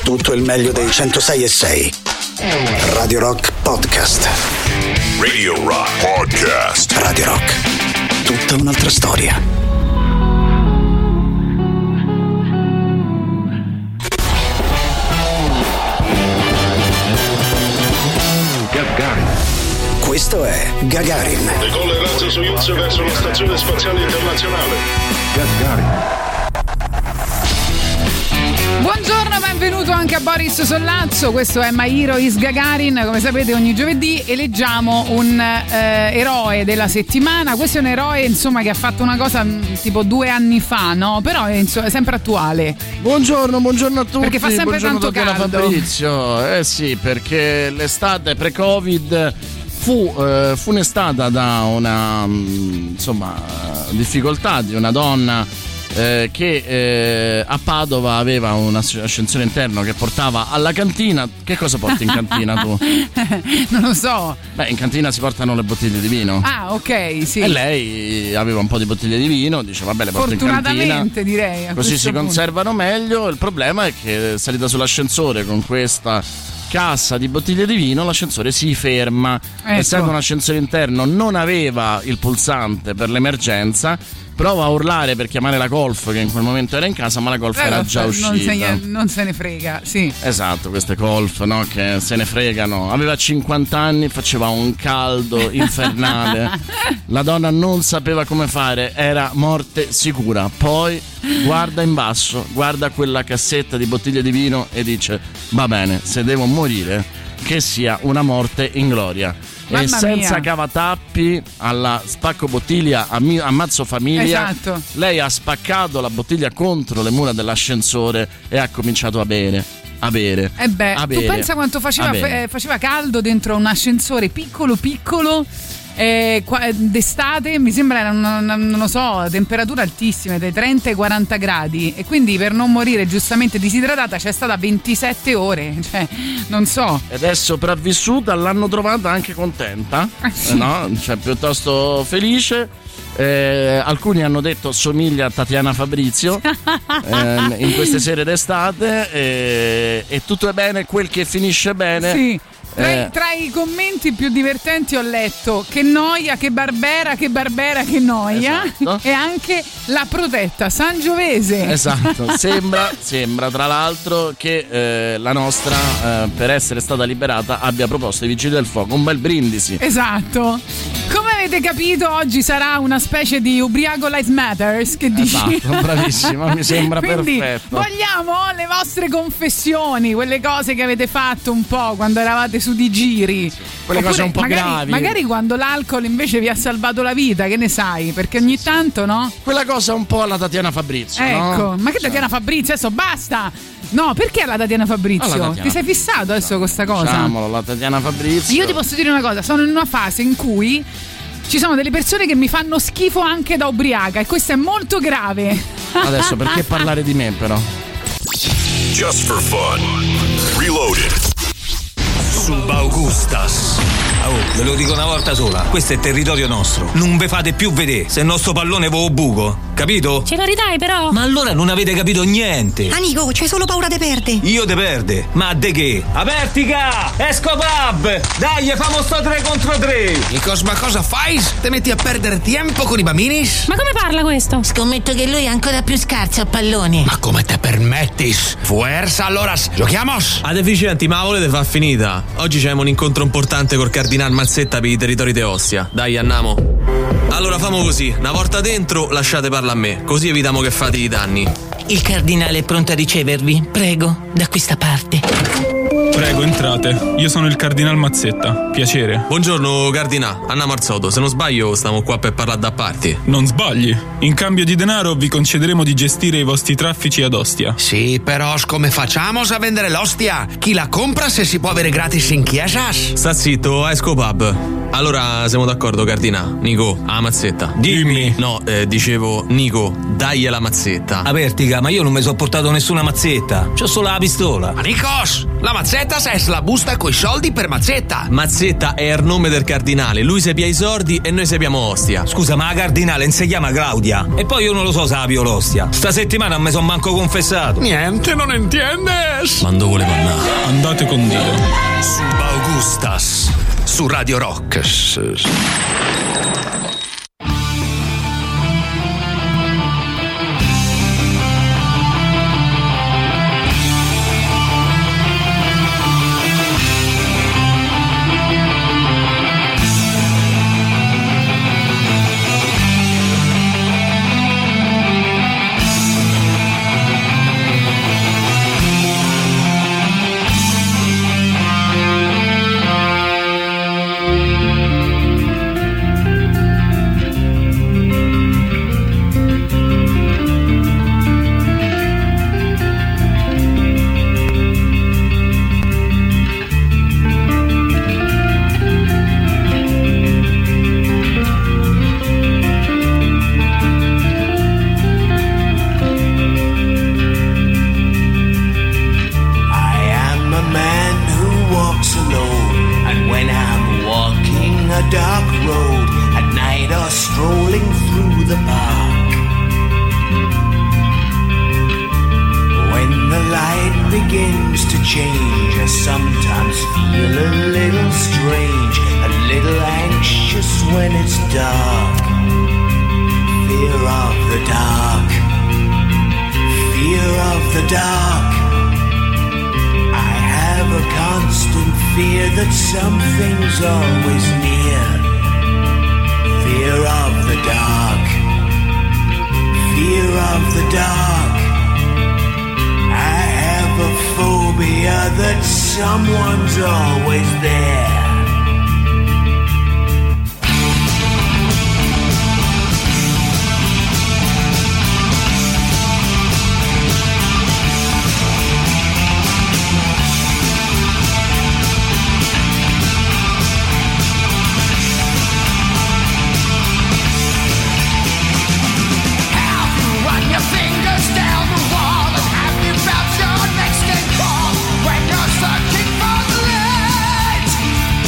tutto il meglio dei 106.6. Radio Rock Podcast. Radio Rock Podcast. Radio Rock. Tutta un'altra storia. Gagarin. Questo è Gagarin. Decolla il razzo Soyuz verso la stazione spaziale internazionale. Gagarin. Buongiorno, benvenuto anche a Boris Sollazzo. Questo è My Hero is Gagarin. Come sapete, ogni giovedì eleggiamo un eroe della settimana. Questo è un eroe, insomma, che ha fatto una cosa tipo 2 anni fa, no? Però è sempre attuale. Buongiorno a tutti. Perché fa sempre tanto caldo. Fabrizio. Sì, perché l'estate pre-Covid fu funestata da una difficoltà di una donna che a Padova aveva un ascensore interno che portava alla cantina. Che cosa porti in cantina tu? Non lo so. Beh, in cantina si portano le bottiglie di vino. Ah, ok, sì. E lei aveva un po' di bottiglie di vino, dice vabbè, le porto in cantina. Fortunatamente, direi. Così si conservano meglio. Il problema è che salita sull'ascensore con questa cassa di bottiglie di vino, l'ascensore si ferma. Ecco. Essendo un ascensore interno, non aveva il pulsante per l'emergenza. Prova a urlare per chiamare la Golf, che in quel momento era in casa, ma la Golf era già uscita. Non se ne frega, sì. Esatto, queste Golf, no, che se ne fregano. Aveva 50 anni, faceva un caldo infernale. La donna non sapeva come fare, era morte sicura. Poi guarda in basso, guarda quella cassetta di bottiglie di vino e dice: va bene, se devo morire, che sia una morte in gloria. Mamma e senza mia. Cavatappi, alla spacco bottiglia, ammazzo famiglia. Esatto. Lei ha spaccato la bottiglia contro le mura dell'ascensore e ha cominciato a bere. Tu pensa quanto faceva caldo dentro un ascensore piccolo d'estate, mi sembra erano, non lo so, temperature altissime, dai 30 ai 40 gradi, e quindi per non morire giustamente disidratata c'è stata 27 ore, cioè non so. Ed è sopravvissuta, l'hanno trovata anche contenta, sì. No? Cioè piuttosto felice. Alcuni hanno detto somiglia a Tatiana Fabrizio in queste sere d'estate, e tutto è bene quel che finisce bene. Sì. Tra i commenti più divertenti ho letto: che noia, che Barbera, che noia. Esatto. E anche la protetta Sangiovese. Esatto, sembra tra l'altro che la nostra, per essere stata liberata, abbia proposto ai vigili del fuoco un bel brindisi. Esatto. Come avete capito, oggi sarà una specie di Ubriaco Life Matters, che dici? Esatto, bravissima, mi sembra quindi perfetto. Vogliamo le vostre confessioni, quelle cose che avete fatto un po' quando eravate su di giri. Quelle oppure cose un po' gravi. Magari quando l'alcol invece vi ha salvato la vita, che ne sai? Perché ogni tanto, no? Quella cosa un po' alla Tatiana Fabrizio, ecco, no? Ma che Tatiana Fabrizio? Adesso basta! No, perché la Tatiana Fabrizio? Alla Tatiana. Ti sei fissato adesso con questa cosa? Diciamolo, la Tatiana Fabrizio. Io ti posso dire una cosa, sono in una fase in cui ci sono delle persone che mi fanno schifo anche da ubriaca, e questo è molto grave. Adesso perché parlare di me, però? Just for fun. Reloaded. Subaugustas. Ve lo dico una volta sola, questo è territorio nostro. Non ve fate più vedere, se il nostro pallone vo buco, capito? Ce lo ridai però? Ma allora non avete capito niente. Amico, c'hai solo paura de perde. Io te perde, ma de che? Apertica! Esco pub! Dai, famo sto 3 contro 3! Nicos, ma cosa fai? Te metti a perdere tempo con i bambini? Ma come parla questo? Scommetto che lui è ancora più scarso a pallone. Ma come te permettis? Fuerza, allora, giochiamos? A deficienti, ma la volete far finita? Oggi c'è un incontro importante col Cardinal Mazzetta per i territori de Ostia. Dai, andiamo. Allora famo così, una volta dentro lasciate parla a me, così evitiamo che fate i danni. Il cardinale è pronto a ricevervi, prego, da questa parte. Prego, entrate. Io sono il Cardinal Mazzetta. Piacere. Buongiorno, Cardinà. Anna Marzotto. Se non sbaglio, stiamo qua per parlare da parti. Non sbagli. In cambio di denaro vi concederemo di gestire i vostri traffici ad Ostia. Sì, però come facciamo a vendere l'ostia? Chi la compra se si può avere gratis in chiesa? Sta zitto, esco pub. Allora siamo d'accordo, Cardinà. Nico, a mazzetta. Dimmi. No, dicevo, Nico, dai la mazzetta. Apertica, ma io non mi sono portato nessuna mazzetta. C'ho solo la pistola. Ma Nicos, la mazzetta è la busta coi soldi per mazzetta. Mazzetta è il nome del cardinale. Lui sepia i sordi e noi sepiamo Ostia. Scusa, ma la cardinale non si chiama Claudia? E poi io non lo so se la Ostia. Sta settimana non mi son manco confessato. Niente, non entiendes. Quando vuole pannare. Andate con Dio. Suba Augustas su Radio Rock. When you're searching for the light,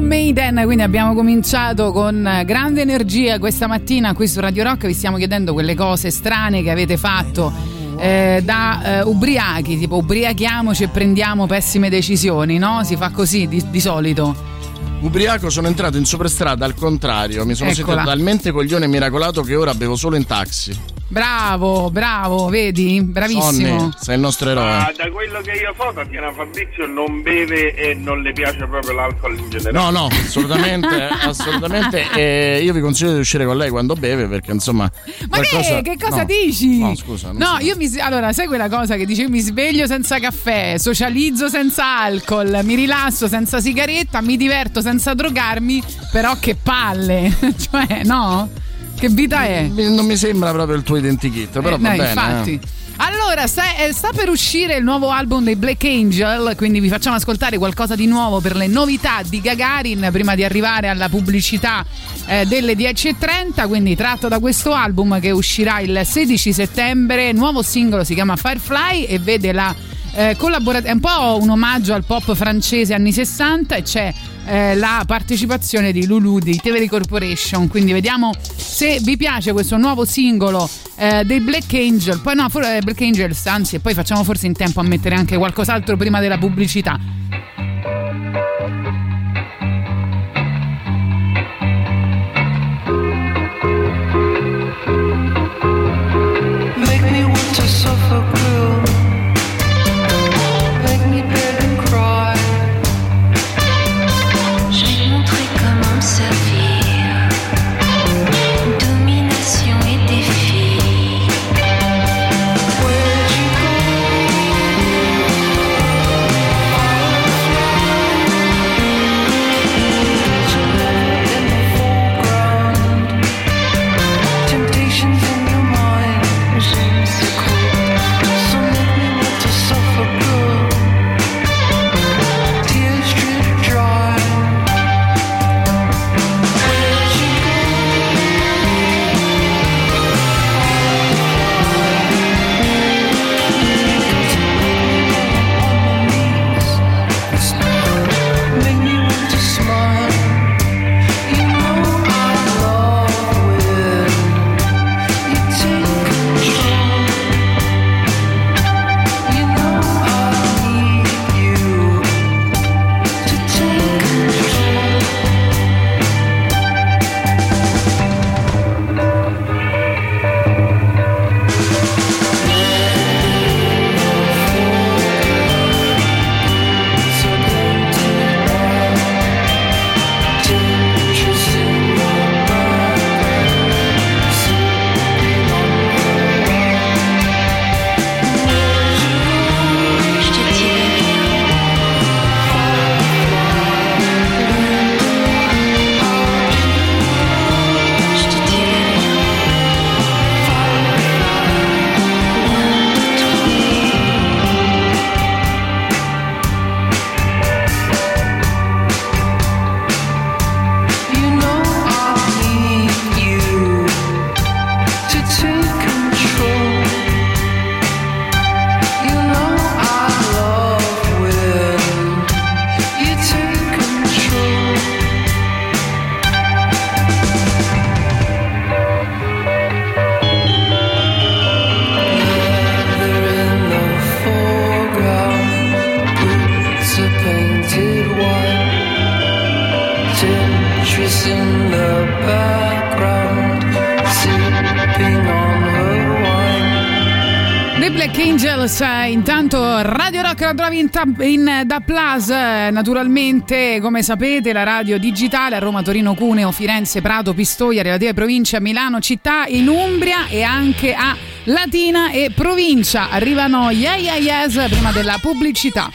Maiden, quindi abbiamo cominciato con grande energia questa mattina qui su Radio Rock. Vi stiamo chiedendo quelle cose strane che avete fatto da ubriachi, tipo ubriachiamoci e prendiamo pessime decisioni, no? Si fa così di solito. Ubriaco sono entrato in soppestrada al contrario, mi sono sentito talmente coglione e miracolato che ora bevo solo in taxi. Bravo, vedi? Bravissimo. Sonny, sei il nostro eroe. Ma da quello che io so, Tatiana Fabrizio non beve e non le piace proprio l'alcol in generale. No, assolutamente. E io vi consiglio di uscire con lei quando beve, perché insomma. Ma che cosa dici? No, scusa. Allora, sai quella cosa che dicevi, mi sveglio senza caffè, socializzo senza alcol, mi rilasso senza sigaretta, mi diverto senza drogarmi, però che palle, cioè, no? Che vita è? Non mi sembra proprio il tuo identikit, però va bene. Infatti. Allora, sta per uscire il nuovo album dei Black Angel, quindi vi facciamo ascoltare qualcosa di nuovo per le novità di Gagarin prima di arrivare alla pubblicità delle 10:30, quindi tratto da questo album che uscirà il 16 settembre. Nuovo singolo si chiama Firefly e vede la collaborazione, è un po' un omaggio al pop francese anni 60 e c'è la partecipazione di Lulu di TV Corporation, quindi vediamo se vi piace questo nuovo singolo dei Black Angel. Poi Black Angels, anzi, e poi facciamo forse in tempo a mettere anche qualcos'altro prima della pubblicità. Make me want to suffer, girl. Make me beg and cry. Servir, domination et défi. Where'd you Black Angels, intanto Radio Rock la trovi in Da Plus, naturalmente come sapete la radio digitale a Roma, Torino, Cuneo, Firenze, Prato, Pistoia, relative province, a Milano città, in Umbria e anche a Latina e provincia. Arrivano Yeah Yeah Yes prima della pubblicità.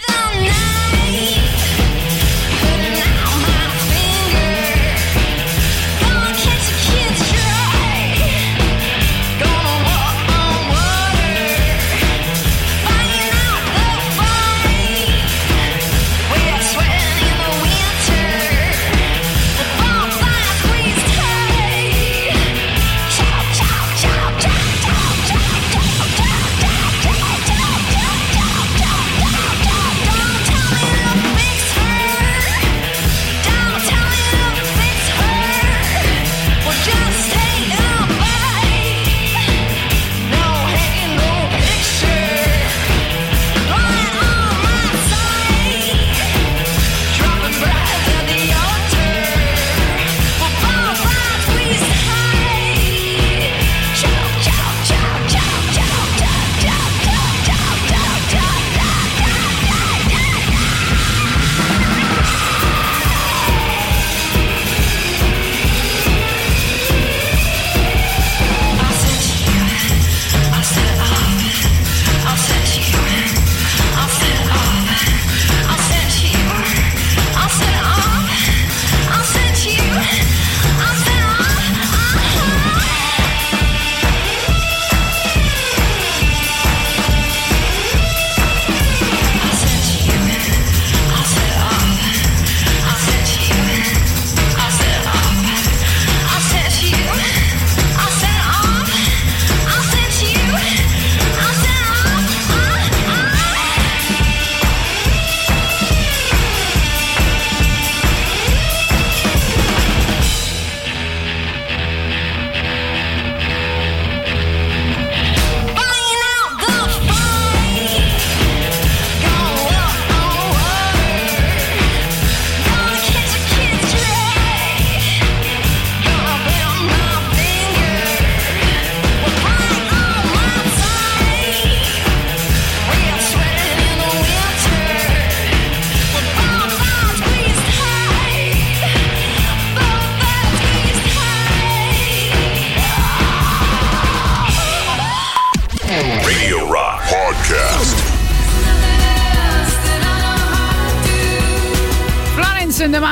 Tell me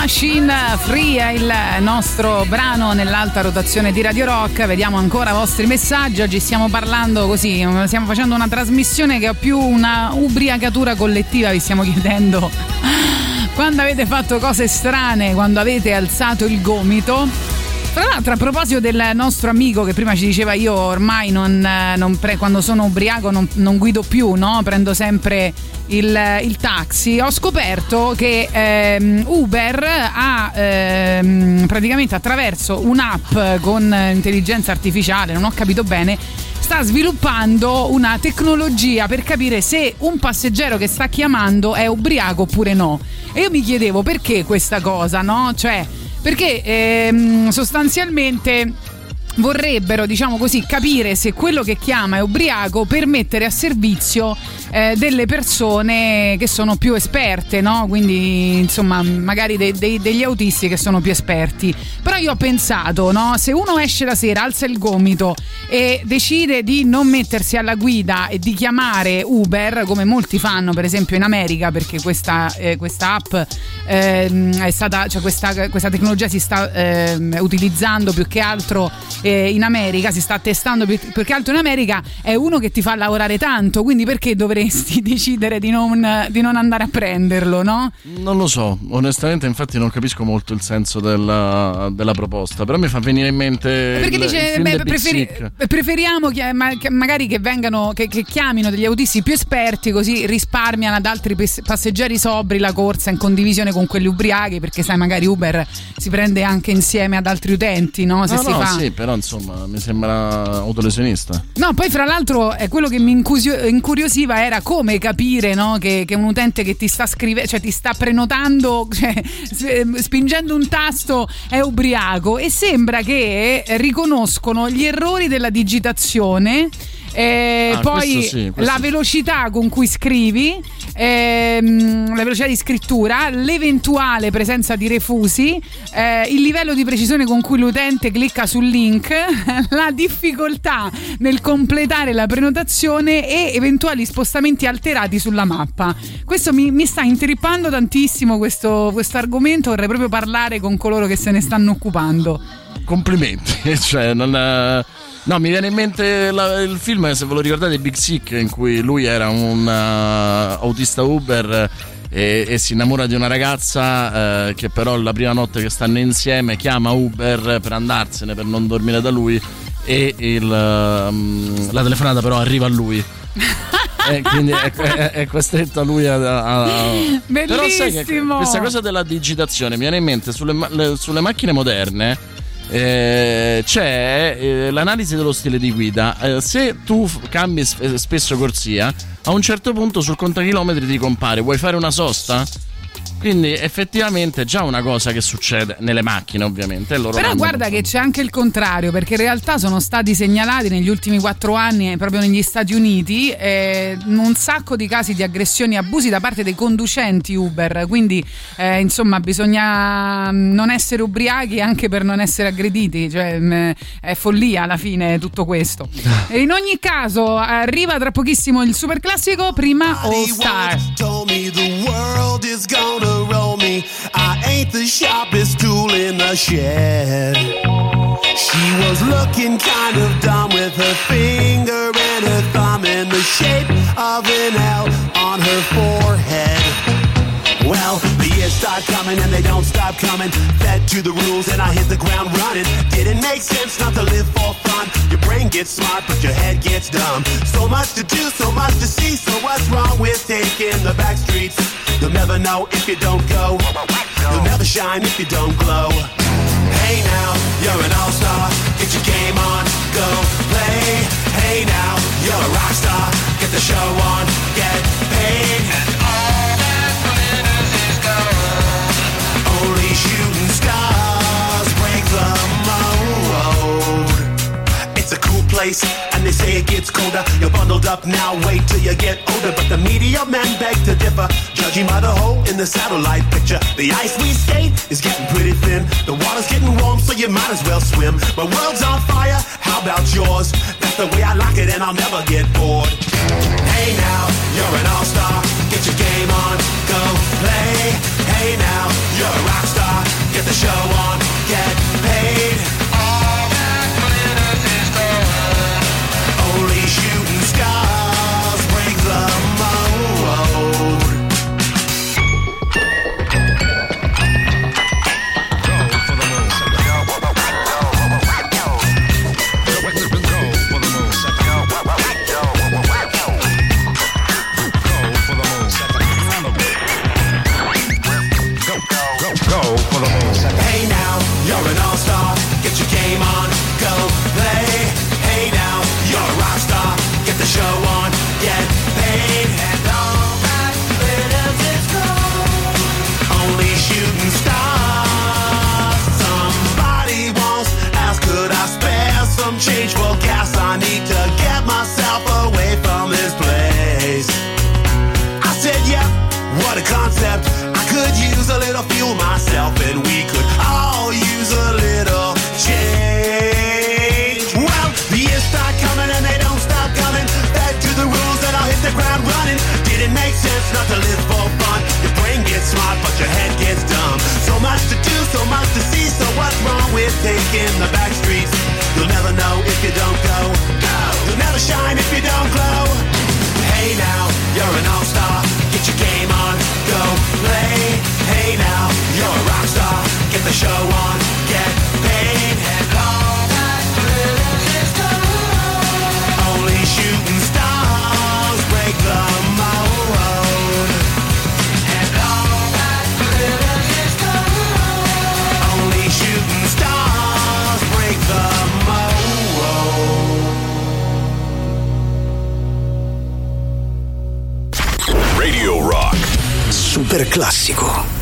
Machine, Free è il nostro brano nell'alta rotazione di Radio Rock. Vediamo ancora i vostri messaggi. Oggi stiamo parlando così, stiamo facendo una trasmissione che ha più una ubriacatura collettiva. Vi stiamo chiedendo quando avete fatto cose strane, quando avete alzato il gomito. Tra l'altro, a proposito del nostro amico che prima ci diceva io ormai quando sono ubriaco non guido più, no? Prendo sempre il taxi. Ho scoperto che Uber ha praticamente attraverso un'app con intelligenza artificiale, non ho capito bene, sta sviluppando una tecnologia per capire se un passeggero che sta chiamando è ubriaco oppure no. E io mi chiedevo perché questa cosa, no? Cioè, perché sostanzialmente vorrebbero, diciamo così, capire se quello che chiama è ubriaco per mettere a servizio delle persone che sono più esperte, no? Quindi insomma magari degli autisti che sono più esperti. Però io ho pensato, no? Se uno esce la sera, alza il gomito e decide di non mettersi alla guida e di chiamare Uber, come molti fanno per esempio in America, perché questa app è stata, cioè questa tecnologia si sta utilizzando più che altro in America, si sta testando più che altro in America, è uno che ti fa lavorare tanto, quindi perché dovresti decidere di non andare a prenderlo, no? Non lo so, onestamente, infatti non capisco molto il senso della proposta, però mi fa venire in mente perché dice preferiamo che magari che vengano che chiamino degli autisti più esperti, così risparmiano ad altri passeggeri sobri la corsa in condivisione con quelli ubriachi, perché sai magari Uber si prende anche insieme ad altri utenti, no? Sì, però insomma mi sembra autolesionista. No, poi fra l'altro è quello che mi incuriosiva era come capire, no, che un utente che ti sta scrivendo, cioè ti sta prenotando, cioè spingendo un tasto è ubriaco, e sembra che riconoscono gli errori della digitazione. Poi questo la velocità con cui scrivi, la velocità di scrittura, l'eventuale presenza di refusi, il livello di precisione con cui l'utente clicca sul link, la difficoltà nel completare la prenotazione e eventuali spostamenti alterati sulla mappa. Questo mi sta intrippando tantissimo questo argomento. Vorrei proprio parlare con coloro che se ne stanno occupando. Complimenti, cioè no, mi viene in mente il film, se ve lo ricordate, Big Sick, in cui lui era un autista Uber e si innamora di una ragazza che però la prima notte che stanno insieme chiama Uber per andarsene, per non dormire da lui, e la telefonata però arriva a lui. Quindi è costretto a lui Bellissimo. Però sai che questa cosa della digitazione mi viene in mente sulle macchine moderne. C'è l'analisi dello stile di guida. Se tu cambi spesso corsia, a un certo punto sul contachilometri ti compare: vuoi fare una sosta? Quindi effettivamente è già una cosa che succede nelle macchine, ovviamente. Però guarda che c'è anche il contrario, perché in realtà sono stati segnalati negli ultimi 4 anni proprio negli Stati Uniti un sacco di casi di aggressioni e abusi da parte dei conducenti Uber. Quindi insomma bisogna non essere ubriachi anche per non essere aggrediti, cioè è follia alla fine tutto questo. E in ogni caso arriva tra pochissimo il super classico, prima All Star. Roll me. I ain't the sharpest tool in the shed. She was looking kind of dumb with her finger and her thumb in the shape of an L on her forehead. Well, the years start coming and they don't stop coming. Fed to the rules and I hit the ground running. Didn't make sense not to live for fun. Your brain gets smart but your head gets dumb. So much to do, so much to see. So what's wrong with taking the back streets? You'll never know if you don't go. You'll never shine if you don't glow. Hey now, you're an all-star. Get your game on, go play. Hey now, you're a rock star. Get the show on, get paid. And all that glitters is gold. Only shooting stars break the mold. It's a cool place, and they say it gets colder. You're bundled up now, wait till you get older. But the media men beg to differ, judging by the hole in the satellite picture. The ice we skate is getting pretty thin. The water's getting warm, so you might as well swim. My world's on fire, how about yours? That's the way I like it, and I'll never get bored. Hey now, you're an all-star. Get your game on, go play. Hey now, you're a rock star. Get the show on, get paid. All that glitters is gold. Only shooting stars break the mold. Hey now, you're an all-star. Get your game on, go play. Hey now, you're a rock star. Get the show on, get paid. And all that glitters is gold. Only shooting stars. Somebody once asked, could I spare some change for gas? I need to get myself away from this place. I said, yeah, what a concept. I could use a little fuel myself, and we could all use a little change. Well, the years start coming and they don't stop coming. Back to the rules and I'll hit the ground running. Didn't make sense not to live for fun. Your brain gets smart but your head gets dumb. So much to do, so much to see. So what's wrong with taking the back streets? You'll never know if you don't go. You'll never shine if you don't glow. Hey now, you're an all-star. Get your game on, go play. Hey now, you're a rock star. Get the show on, get paid. And all that glitters is gold. Only shooting stars break the mold. And all that glitters is gold. Only shooting stars break the mold. Radio Rock. Super classico.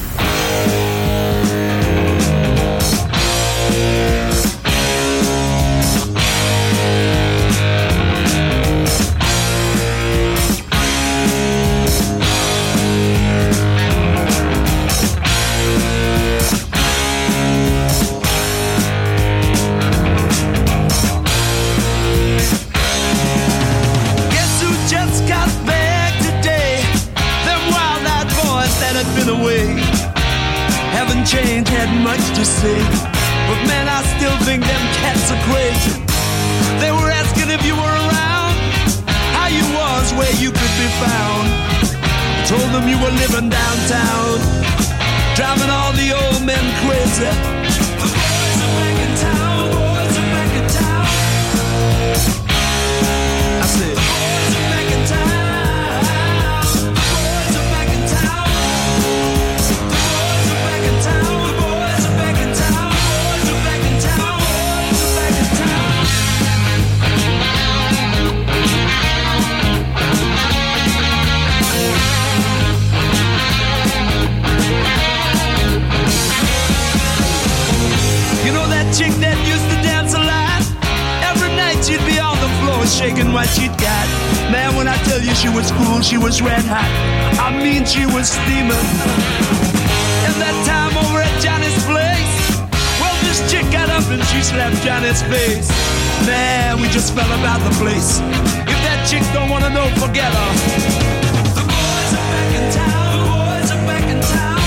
Guess who just got back today? Them wild-eyed boys that had been away haven't changed, had much to say. But man, I still think them cats are crazy. They were asking if you were around, how you was, where you could be found. Told them you were living downtown, driving all the old men crazy. The boys are back in town, boys are back in town. I said, the boys are back in town. You know that chick that used to dance a lot? Every night she'd be on the floor shaking what she'd got. Man, when I tell you she was cool, she was red hot. I mean, she was steaming. And that time over at Johnny's place, well, this chick got up and she slapped Johnny's face. Man, we just fell about the place. If that chick don't wanna know, forget her. The boys are back in town, the boys are back in town.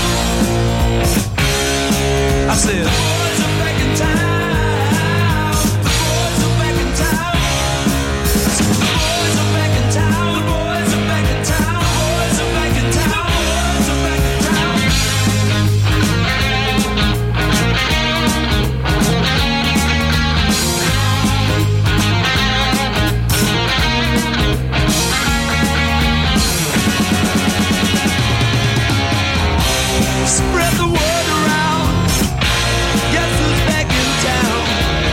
I said, the boys are back in town. The boys are back in town. The boys are back in town. The boys are back in town. The boys are back in town. The boys are back in town. Spread the word around. Guess who's back in town?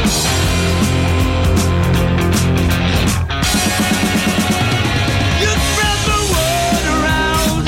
You spread the word around.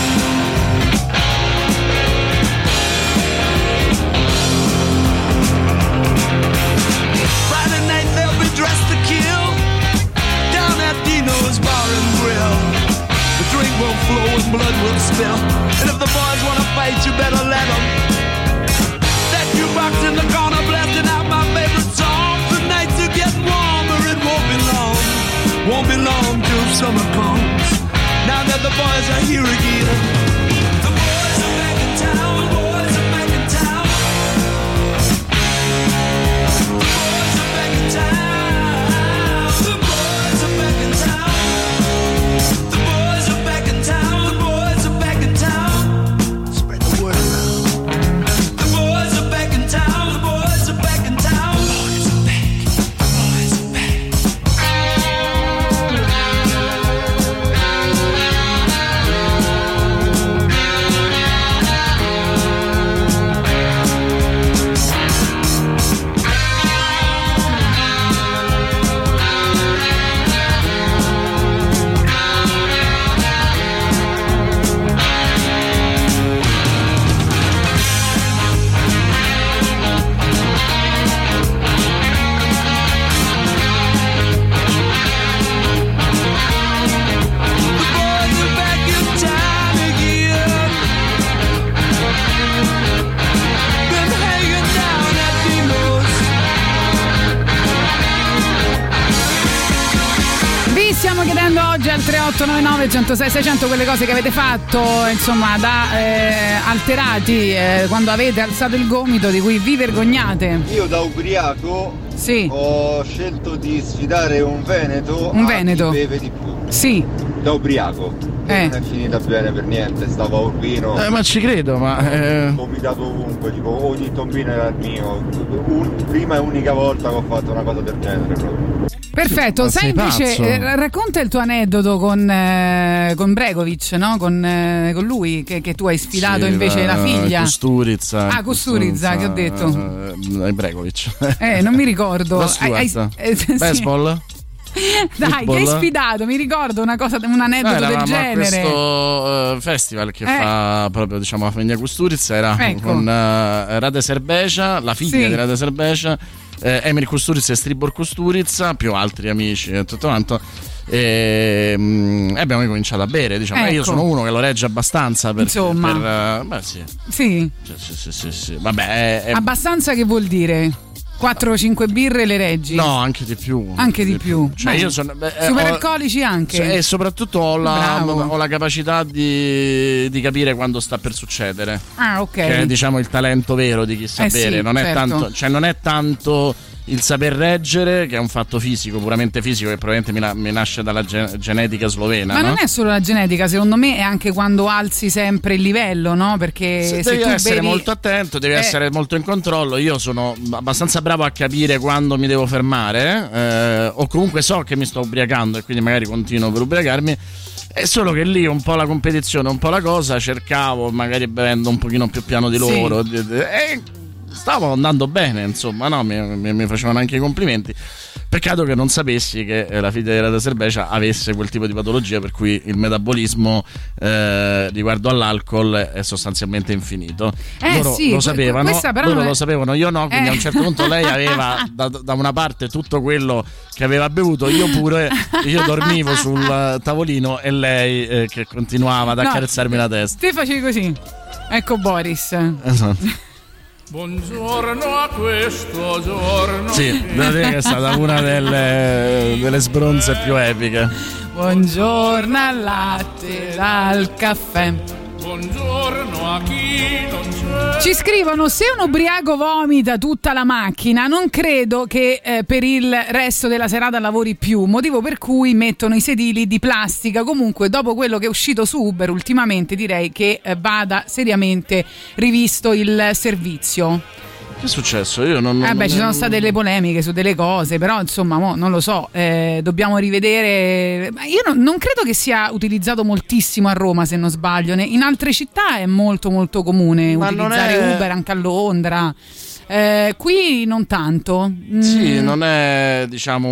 Friday night they'll be dressed to kill down at Dino's Bar and Grill. The drink won't flow and blood will spill. And if the boys wanna fight, you better let them. That jukebox in the corner blasting out my favorite song. The nights are getting warmer, it won't be long. Won't be long till summer comes. Now that the boys are here again. The boys are back in town. messaggi al 3899 106 600, quelle cose che avete fatto, insomma, da alterati quando avete alzato il gomito, di cui vi vergognate. Io da ubriaco ho scelto di sfidare un veneto chi beve di più. Sì. Da ubriaco. Non è finita bene per niente, stavo a Urbino. Ma ci credo, ma ho vomitato ovunque, tipo ogni tombino era il mio. Prima e unica volta che ho fatto una cosa del genere proprio. Perfetto, Ma sai, invece racconta il tuo aneddoto con Bregovic, no? Con lui che tu hai sfidato invece la figlia. Kusturica. Kusturica, che ho detto. Bregovic. Non mi ricordo. Baseball? Dai, che hai sfidato, mi ricordo un aneddoto del genere. Questo festival che fa proprio, diciamo, la famiglia Kusturica era con Rade Serbecia, la figlia di Rade Serbecia, Emir Kusturica e Stribor Kusturica, più altri amici e tutto quanto. E abbiamo cominciato a bere, diciamo. Io sono uno che lo regge abbastanza insomma. Sì. Vabbè, abbastanza, che vuol dire? 4-5 birre le reggi? No, anche di più. Anche di più. Cioè, io sono super alcolici anche. E soprattutto ho la capacità di capire quando sta per succedere. Ah, ok. Che è, diciamo, il talento vero di chi sa bere. Non è tanto, cioè non è tanto il saper reggere, che è un fatto fisico, puramente fisico, che probabilmente mi nasce dalla genetica slovena. Ma non è solo la genetica, secondo me è anche quando alzi sempre il livello, no? Perché se devi tu essere bevi... molto attento, devi essere molto in controllo. Io sono abbastanza bravo a capire quando mi devo fermare, o comunque so che mi sto ubriacando e quindi magari continuo per ubriacarmi. È solo che lì un po' la competizione, un po' la cosa, cercavo magari bevendo un pochino più piano di loro e stavo andando bene, insomma, no? Mi facevano anche i complimenti. Peccato che non sapessi che la figlia di Rade Serbecia avesse quel tipo di patologia per cui il metabolismo riguardo all'alcol è sostanzialmente infinito. Loro lo sapevano, loro lo sapevano, io no, quindi a un certo punto lei aveva da una parte tutto quello che aveva bevuto, io pure, io dormivo sul tavolino e lei che continuava ad accarezzarmi la testa. Te facevi così. Ecco Boris. Esatto. Buongiorno a questo giorno. Sì, devo dire che è stata una delle sbronze più epiche. Buongiorno al latte dal caffè. Buongiorno a chi non c'è. Ci scrivono: se un ubriaco vomita tutta la macchina, non credo che per il resto della serata lavori più, motivo per cui mettono i sedili di plastica. Comunque, dopo quello che è uscito su Uber ultimamente, direi che vada seriamente rivisto il servizio. Che è successo? Io ci sono state delle polemiche su delle cose, però insomma non lo so, dobbiamo rivedere. Io non credo che sia utilizzato moltissimo a Roma, se non sbaglio. In altre città è molto molto comune utilizzare Uber, anche a Londra. Qui non tanto. Sì, non è, diciamo,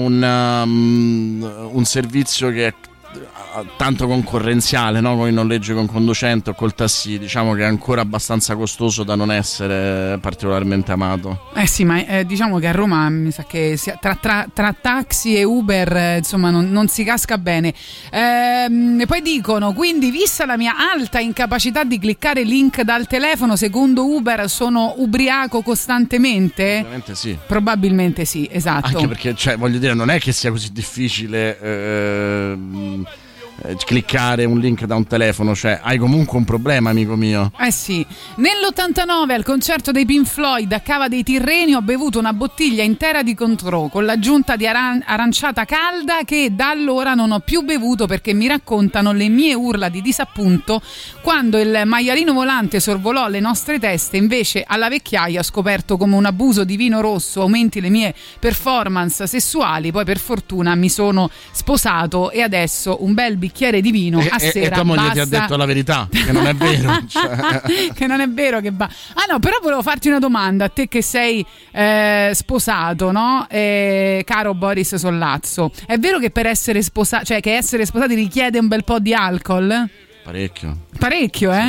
un servizio che è tanto concorrenziale, no? Con il noleggio con conducente o col taxi, diciamo che è ancora abbastanza costoso da non essere particolarmente amato. Sì, ma diciamo che a Roma mi sa che tra taxi e Uber insomma non si casca bene. Poi dicono: quindi, vista la mia alta incapacità di cliccare link dal telefono, secondo Uber sono ubriaco costantemente? Ovviamente sì. Probabilmente sì, esatto. Anche perché, cioè, voglio dire, non è che sia così difficile cliccare un link da un telefono, cioè hai comunque un problema, amico mio. Sì. Nell'89 al concerto dei Pink Floyd a Cava dei Tirreni ho bevuto una bottiglia intera di Cointreau con l'aggiunta di aranciata calda, che da allora non ho più bevuto perché mi raccontano le mie urla di disappunto quando il maialino volante sorvolò le nostre teste. Invece alla vecchiaia ho scoperto come un abuso di vino rosso aumenti le mie performance sessuali. Poi per fortuna mi sono sposato e adesso un bel bicchiere di vino a sera e tua moglie ti ha detto la verità, che non è vero, cioè. Che non è vero che va. No, però volevo farti una domanda, a te che sei sposato, no? Caro Boris Sollazzo, è vero che per essere sposato, cioè che essere sposati richiede un bel po' di alcol? Parecchio, eh?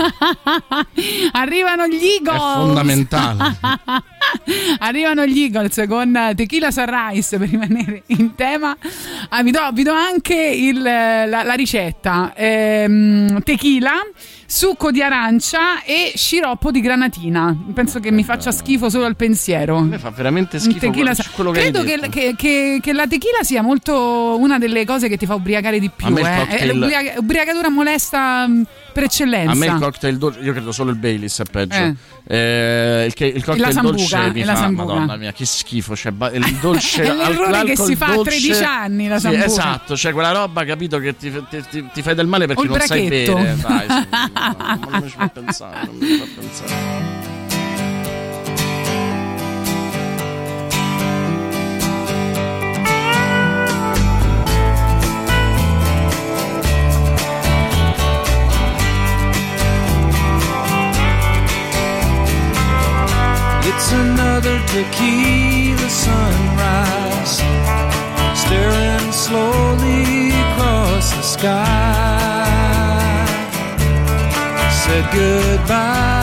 Arrivano gli Eagles. È fondamentale. Arrivano gli Eagles con Tequila Sunrise, per rimanere in tema. Vi do anche la ricetta. Tequila, succo di arancia e sciroppo di granatina. Penso che mi faccia schifo solo al pensiero. Mi fa veramente schifo quello che credo che la tequila sia molto una delle cose che ti fa ubriacare di più. È l'ubriacatura molesta per eccellenza. A me il cocktail dolce, io credo solo il Baileys è peggio. Il cocktail dolce mi fa, madonna mia, che schifo. Cioè, il dolce è l'errore che si fa a 13 anni la sambuca. Esatto, cioè quella roba, capito, che ti fai del male perché non sai bere. Dai, non mi ci fa pensare, non mi fa pensare. It's another tequila sunrise, staring slowly across the sky. Said goodbye.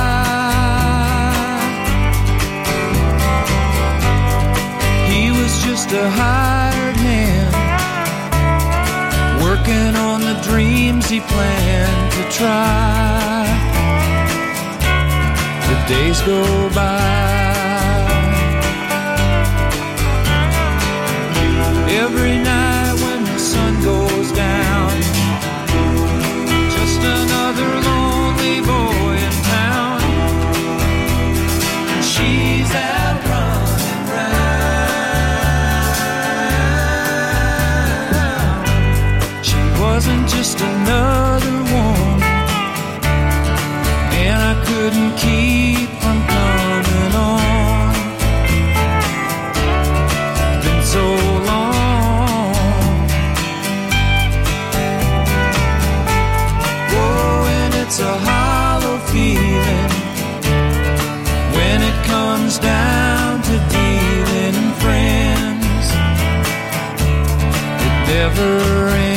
He was just a hired hand, working on the dreams he planned to try. The days go by. Every night when the sun goes down, just another lonely boy in town. She's out running round. She wasn't just another woman, and I couldn't keep from coming on. It's been so long. It's a hollow feeling when it comes down to dealing in friends. It never ends.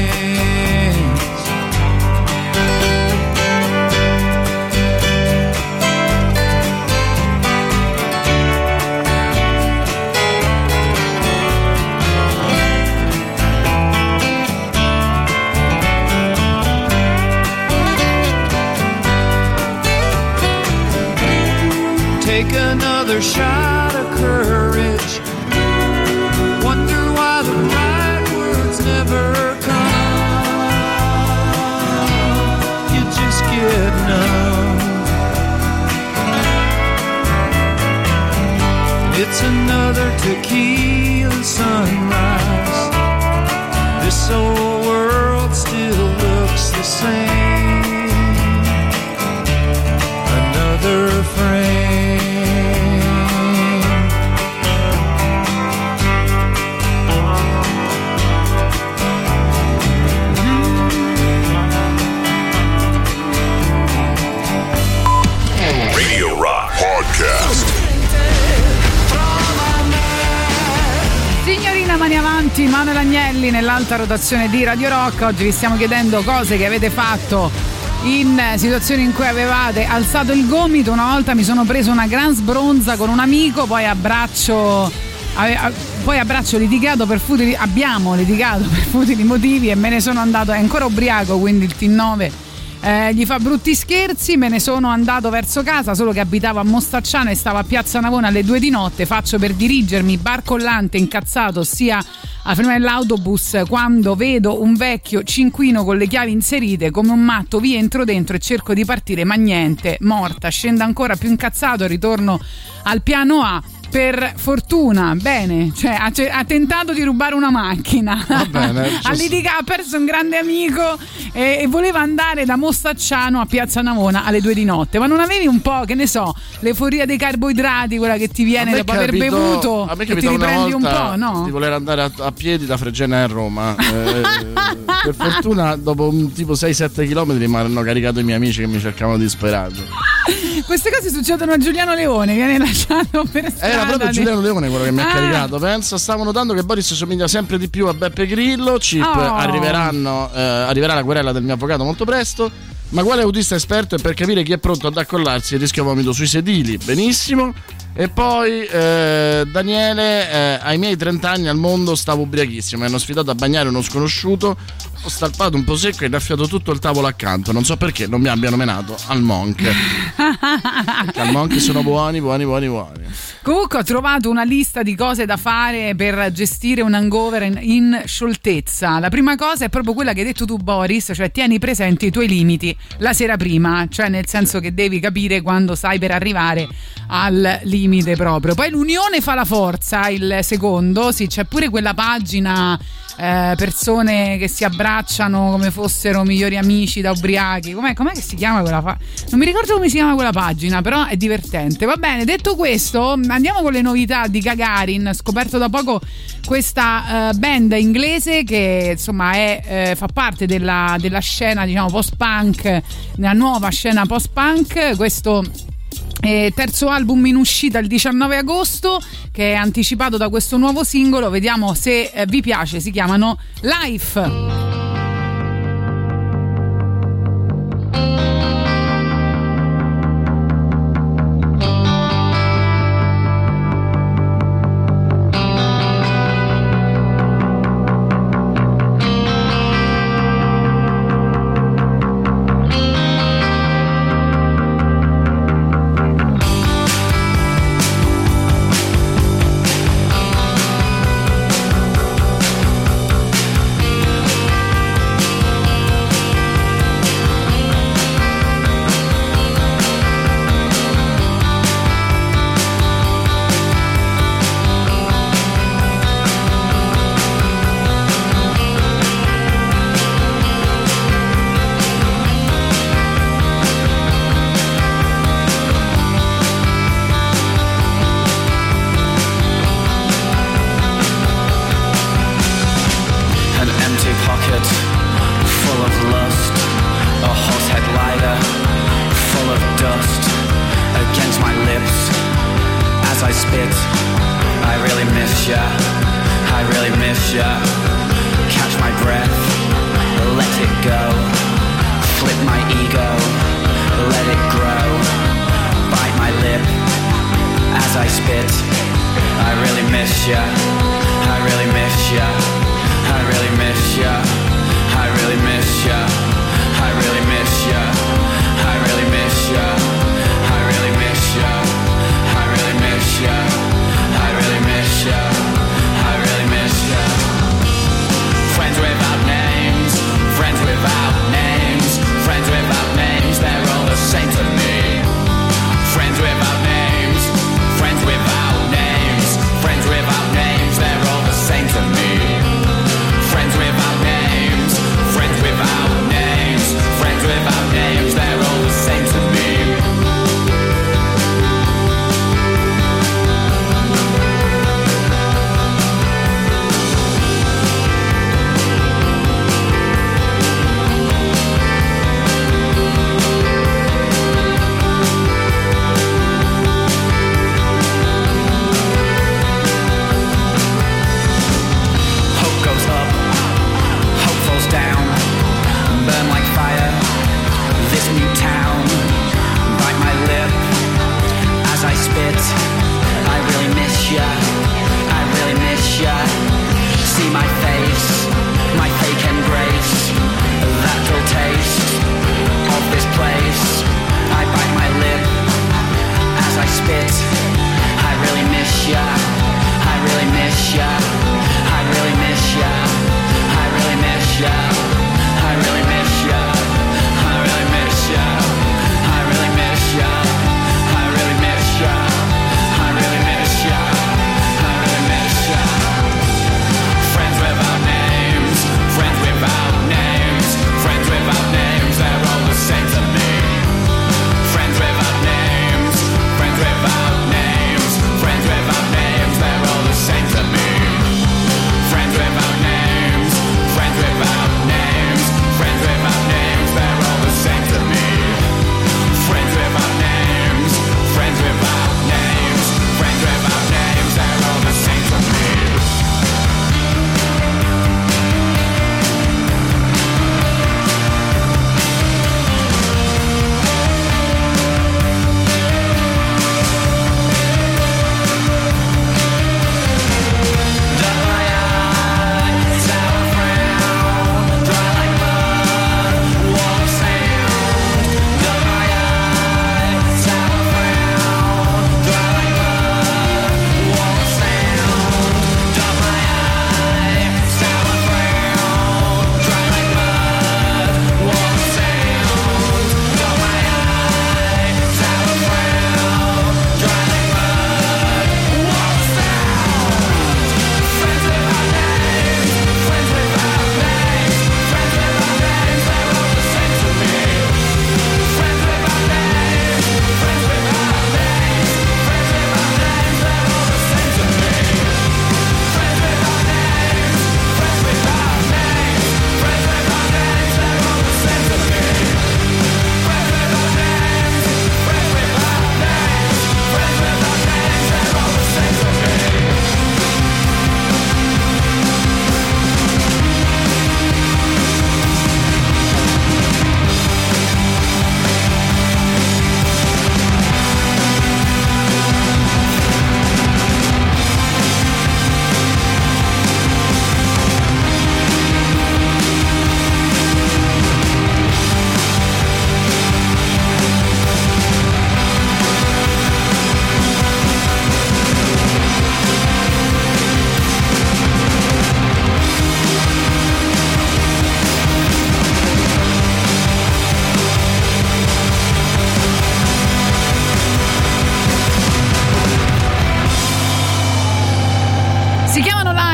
Take another shot of courage. Wonder why the right words never come. You just get numb. It's another tequila sunrise. This old world still looks the same. Another frame. Radio Rock Podcast. Signorina Mani Avanti, Manuel Agnelli nell'alta rotazione di Radio Rock. Oggi vi stiamo chiedendo cose che avete fatto in situazioni in cui avevate alzato il gomito. Una volta mi sono preso una gran sbronza con un amico, poi abbiamo litigato per futili motivi e me ne sono andato, è ancora ubriaco, quindi il T9 gli fa brutti scherzi. Me ne sono andato verso casa, solo che abitavo a Mostacciano e stavo a Piazza Navona alle 2 di notte. Faccio per dirigermi barcollante, incazzato, ossia a fermare l'autobus, quando vedo un vecchio cinquino con le chiavi inserite. Come un matto vi entro dentro e cerco di partire, ma niente, morta. Scendo ancora più incazzato, ritorno al piano A. Per fortuna, bene, cioè ha tentato di rubare una macchina, ha perso un grande amico e voleva andare da Mostacciano a Piazza Navona alle 2 di notte. Ma non avevi un po', che ne so, l'euforia dei carboidrati, quella che ti viene dopo aver bevuto e ti riprendi un po', no? Di voler andare a piedi da Fregene a Roma. Per fortuna dopo un tipo 6-7 km mi hanno caricato i miei amici che mi cercavano disperato. Queste cose succedono a Giuliano Leone, viene lasciato per strada. Era proprio Giuliano Leone quello che mi ha caricato. Pensa, stavo notando che Boris somiglia sempre di più a Beppe Grillo. Arriverà la querela del mio avvocato molto presto. Ma quale autista esperto è per capire chi è pronto ad accollarsi il rischio vomito sui sedili? Benissimo. E poi Daniele, ai miei 30 anni al mondo stavo ubriachissimo. Mi hanno sfidato a bagnare uno sconosciuto. ho stalpato un prosecco e innaffiato tutto il tavolo accanto. Non so perché non mi abbiano menato al Monk. Perché al Monk sono buoni. Comunque ho trovato una lista di cose da fare per gestire un hangover in scioltezza. La prima cosa è proprio quella che hai detto tu, Boris, cioè tieni presenti i tuoi limiti la sera prima, cioè nel senso che devi capire quando stai per arrivare al limite proprio. Poi l'unione fa la forza, il secondo, sì, c'è pure quella pagina persone che si abbracciano come fossero migliori amici da ubriachi. Com'è che si chiama quella non mi ricordo come si chiama quella pagina, però è divertente. Va bene, detto questo, andiamo con le novità di Gagarin. Scoperto da poco questa band inglese che insomma fa parte della scena, diciamo, post-punk, nella nuova scena post-punk. Questo terzo album in uscita il 19 agosto, che è anticipato da questo nuovo singolo. Vediamo se vi piace. Si chiamano Life. Friends without names, they're all the same to me. Friends without names.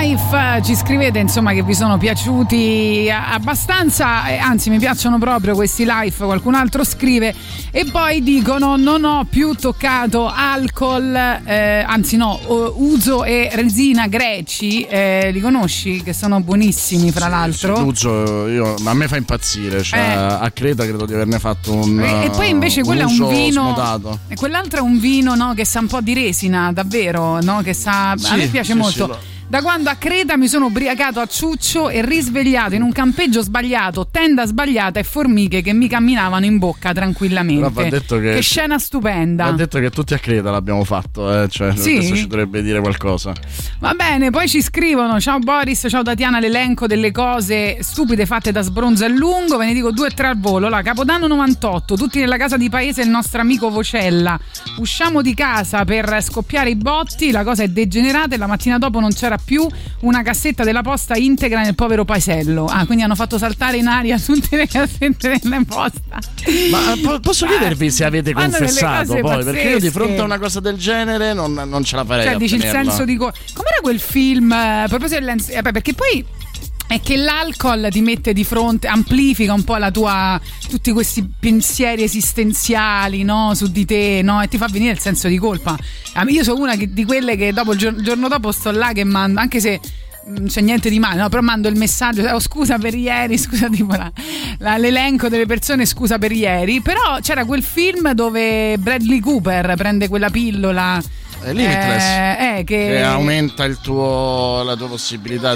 Life, ci scrivete insomma che vi sono piaciuti abbastanza, anzi mi piacciono proprio questi live. Qualcun altro scrive e poi dicono non ho più toccato alcol, anzi no, uso e resina greci, li conosci che sono buonissimi fra l'altro. Uso, a me fa impazzire, cioè, a Creta credo di averne fatto un e poi invece quello è un vino smodato. E quell'altro è un vino, no, che sa un po' di resina, davvero, no, che sa, a me piace molto. Da quando a Creta mi sono ubriacato a ciuccio e risvegliato in un campeggio sbagliato, tenda sbagliata e formiche che mi camminavano in bocca tranquillamente. Però va detto che scena stupenda. Va detto che tutti a Creta l'abbiamo fatto, cioè sì? Questo ci dovrebbe dire qualcosa. Va bene, poi ci scrivono: ciao Boris, ciao Tatiana, l'elenco delle cose stupide fatte da Sbronzo è lungo, ve ne dico 2 o 3 al volo. Capodanno 98, tutti nella casa di paese del nostro amico Vocella, usciamo di casa per scoppiare i botti, la cosa è degenerata e la mattina dopo non c'era più una cassetta della posta integra nel povero paesello. Quindi hanno fatto saltare in aria tutte le cassette della posta. Ma posso chiedervi se avete confessato poi? Pazzesche. Perché io di fronte a una cosa del genere non ce la farei. Cioè dici il senso di com'era quel film proprio perché poi è che l'alcol ti mette di fronte, amplifica un po' la tua, tutti questi pensieri esistenziali, no, su di te, no, e ti fa venire il senso di colpa. Io sono una di quelle che dopo il giorno dopo sto là che mando, anche se non c'è niente di male, no, però mando il messaggio, scusa per ieri, scusa tipo l'elenco delle persone, scusa per ieri. Però c'era quel film dove Bradley Cooper prende quella pillola Limitless, che aumenta la tua possibilità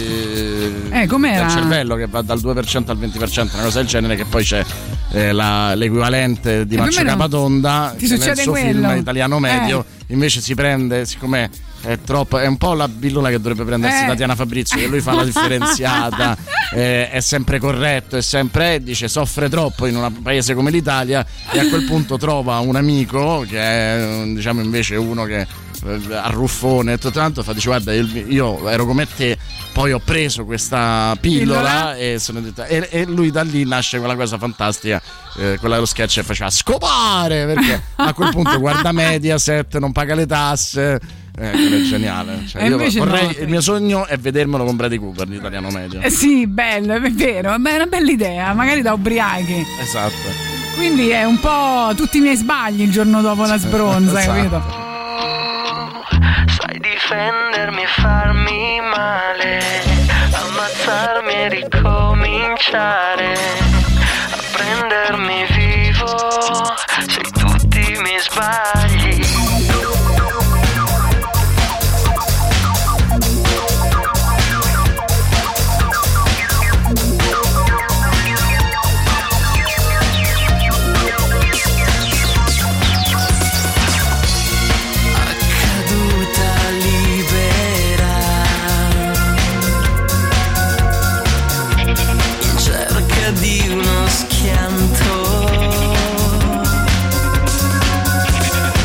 di com'era? del cervello, che va dal 2% al 20%, una cosa del genere, che poi c'è l'equivalente di Maccio Capatonda, ti che succede nel suo quello? film Italiano Medio invece si prende, siccome è un po' la pillola che dovrebbe prendersi Tatiana Fabrizio, che lui fa la differenziata, è sempre corretto, è sempre, dice soffre troppo in un paese come l'Italia, e a quel punto trova un amico che è, diciamo, invece uno che arruffone e tutto tanto, dice guarda io ero come te, poi ho preso questa pillola e lui da lì nasce quella cosa fantastica, quella dello sketch che faceva scopare, perché a quel punto guarda Mediaset, non paga le tasse. Quello è geniale, cioè, il mio sogno è vedermelo con Bradley Cooper di Italiano Medio. Sì, bello, è vero, è una bella idea, magari da ubriachi. Esatto. Quindi è un po' tutti i miei sbagli il giorno dopo la Sbronza, esatto. Capito? Sai difendermi e farmi male, ammazzarmi e ricominciare, a prendermi vivo, sei tutti i miei sbagli. Di uno schianto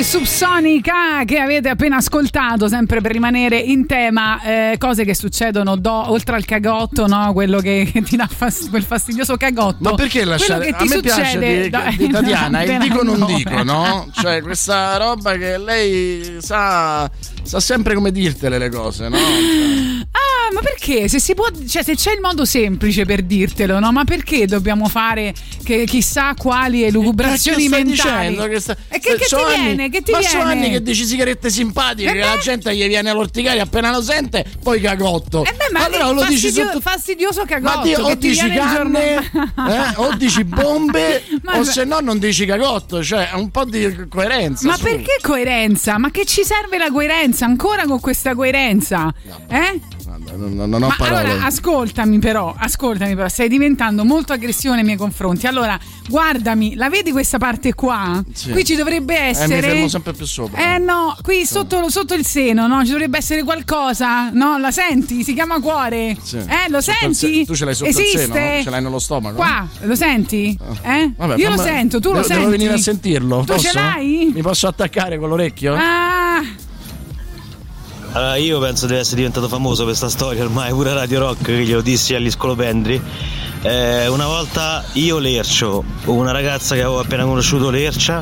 Subsonica che avete appena ascoltato, sempre per rimanere in tema, cose che succedono oltre al cagotto, no? Quello che ti dà quel fastidioso cagotto. Ma perché lasciare? A me piace di Tatiana il dico non dico, no? Cioè questa roba che lei sa sempre come dirtele le cose, no? Ah, ma perché? Se si può, cioè se c'è il modo semplice per dirtelo, no? Ma perché dobbiamo fare che chissà quali elucubrazioni mentali? E che ti viene? Che ti viene? Sono anni che dici sigarette simpatiche, che la gente gli viene all'orticaria appena lo sente, poi cagotto. Ma allora lo dici fastidioso cagotto. Ma o dici canne, o dici bombe, o se no non dici cagotto, cioè un po' di coerenza. Ma perché coerenza? Ma che ci serve la coerenza? Ancora con questa coerenza? Non ho parole. Allora ascoltami però, stai diventando molto aggressivo nei miei confronti. Allora, guardami, la vedi questa parte qua? Sì. Qui ci dovrebbe essere. Mi fermo sempre più sopra. No, qui sotto il seno, no? Ci dovrebbe essere qualcosa, no? La senti? Si chiama cuore. Sì. Lo senti? Tu ce l'hai sotto Esiste? il seno? Ce l'hai nello stomaco? Qua, lo senti? Vabbè, io lo sento, tu lo senti? Devo venire a sentirlo. Tu ce l'hai? Mi posso attaccare con l'orecchio? Allora, io penso di essere diventato famoso per questa storia ormai, pure a Radio Rock, che glielo dissi agli scolopendri. Una volta io Lercio, una ragazza che avevo appena conosciuto Lercia,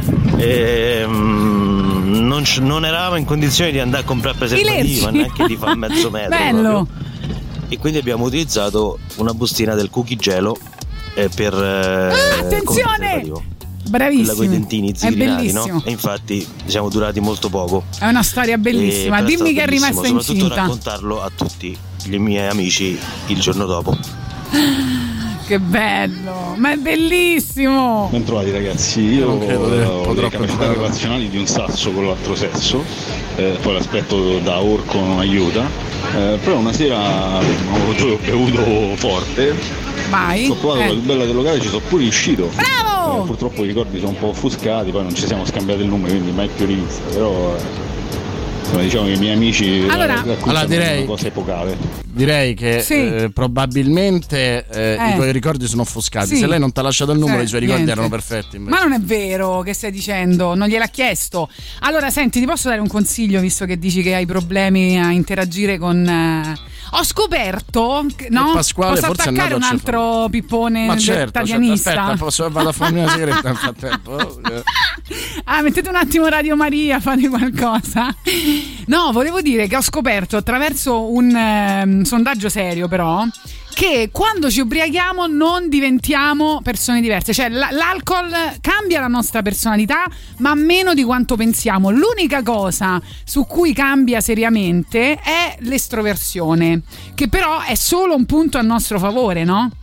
non eravamo in condizioni di andare a comprare preservativi, ma neanche di fare mezzo metro. Bello. E quindi abbiamo utilizzato una bustina del cookie gelo per attenzione! Bravissimo. Quella con i dentini zigrinati, no? E infatti siamo durati molto poco. È una storia bellissima. Dimmi che è rimasta incinta. Soprattutto raccontarlo a tutti i miei amici il giorno dopo. Che bello, ma è bellissimo. Ben trovati ragazzi, io ho le capacità relazionali di un sasso con l'altro sesso, poi l'aspetto da orco non aiuta, però una sera ho bevuto forte. Vai. Ho provato il bella del locale, ci sono pure riuscito. Bravo! Purtroppo i ricordi sono un po' offuscati, poi non ci siamo scambiati il numero, quindi mai più rivista, però diciamo che i miei amici allora direi una cosa epocale. Direi che probabilmente i tuoi ricordi sono offuscati. Sì. Se lei non ti ha lasciato il numero, i suoi ricordi niente. erano perfetti invece. Ma non è vero che stai dicendo, non gliel'ha chiesto. Allora senti, ti posso dare un consiglio, visto che dici che hai problemi a interagire con ho scoperto, no? Pasquale, posso forse attaccare un altro pippone tatianista? Aspetta, posso vado a farmi una sigaretta nel frattempo. Mettete un attimo Radio Maria, fate qualcosa. No, volevo dire che ho scoperto attraverso un sondaggio serio, però, che quando ci ubriachiamo non diventiamo persone diverse, cioè l'alcol cambia la nostra personalità, ma meno di quanto pensiamo. L'unica cosa su cui cambia seriamente è l'estroversione, che però è solo un punto a nostro favore, no?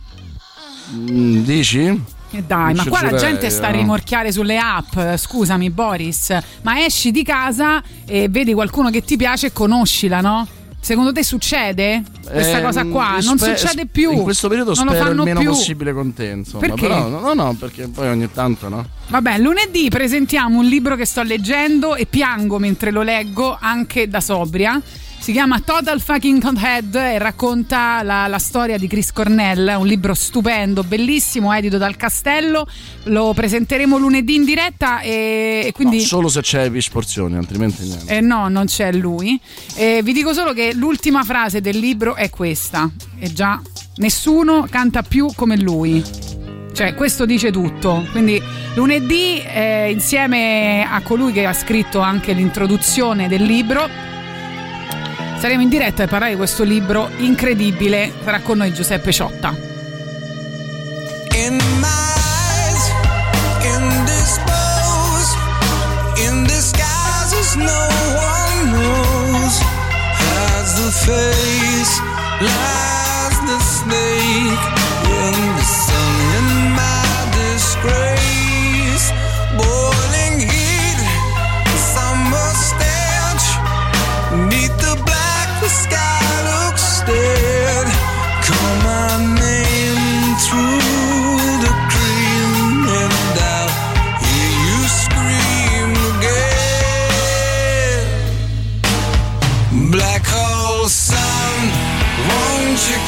Dici? Dai, ma qua la gente sta a rimorchiare sulle app. Scusami Boris, ma esci di casa e vedi qualcuno che ti piace e conoscila, no? Secondo te succede questa cosa qua? Non succede più. In questo periodo non spero lo fanno il meno più. Possibile con te, insomma. Perché? Però, no, perché poi ogni tanto no. Vabbè, lunedì presentiamo un libro che sto leggendo e piango mentre lo leggo anche da sobria. Si chiama Total Fucking Conhead e racconta la storia di Chris Cornell, un libro stupendo, bellissimo, edito dal Castello. Lo presenteremo lunedì in diretta e quindi... No, solo se c'è Epish Porzioni, altrimenti niente. No, non c'è lui. Vi dico solo che l'ultima frase del libro è questa. E già, nessuno canta più come lui. Cioè, questo dice tutto. Quindi lunedì, insieme a colui che ha scritto anche l'introduzione del libro, saremo in diretta a parlare di questo libro incredibile. Sarà con noi Giuseppe Ciotta. In my eyes, indisposed, in disguises no one knows. Hides the face, lies the snake in the sun. In my disgrace, boiling heat, summer stench, neath the the sky looks dead. Call my name through the cream and I'll hear you scream again. Black hole sun, won't you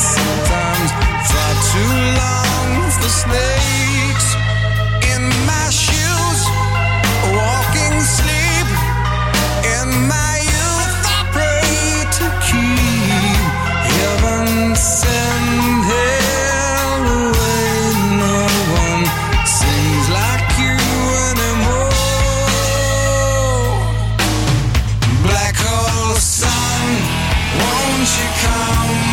sometimes far too long for snakes in my shoes, walking sleep in my youth. I pray to keep heaven send hell away. No one sings like you anymore. Black hole sun, won't you come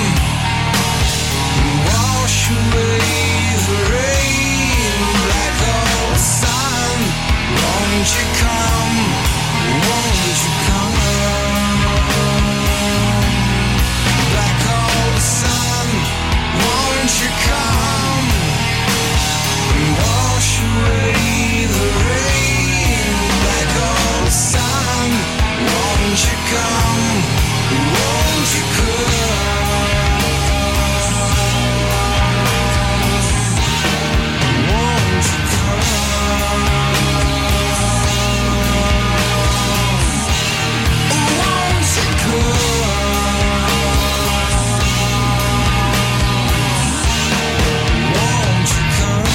wash away the rain? Black hole sun, won't you come? Won't you come? Black hole sun, won't you come wash away the rain? Black hole sun, won't you come? Won't you come? Won't you come? Won't you come? Won't you come?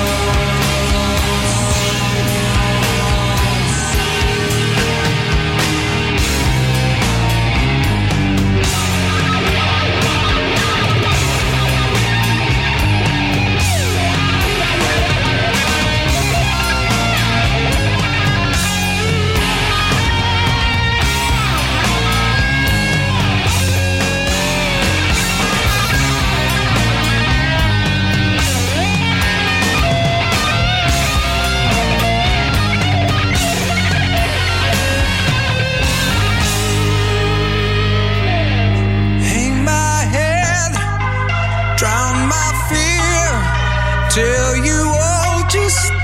Hang my head, drown my fear, till you all just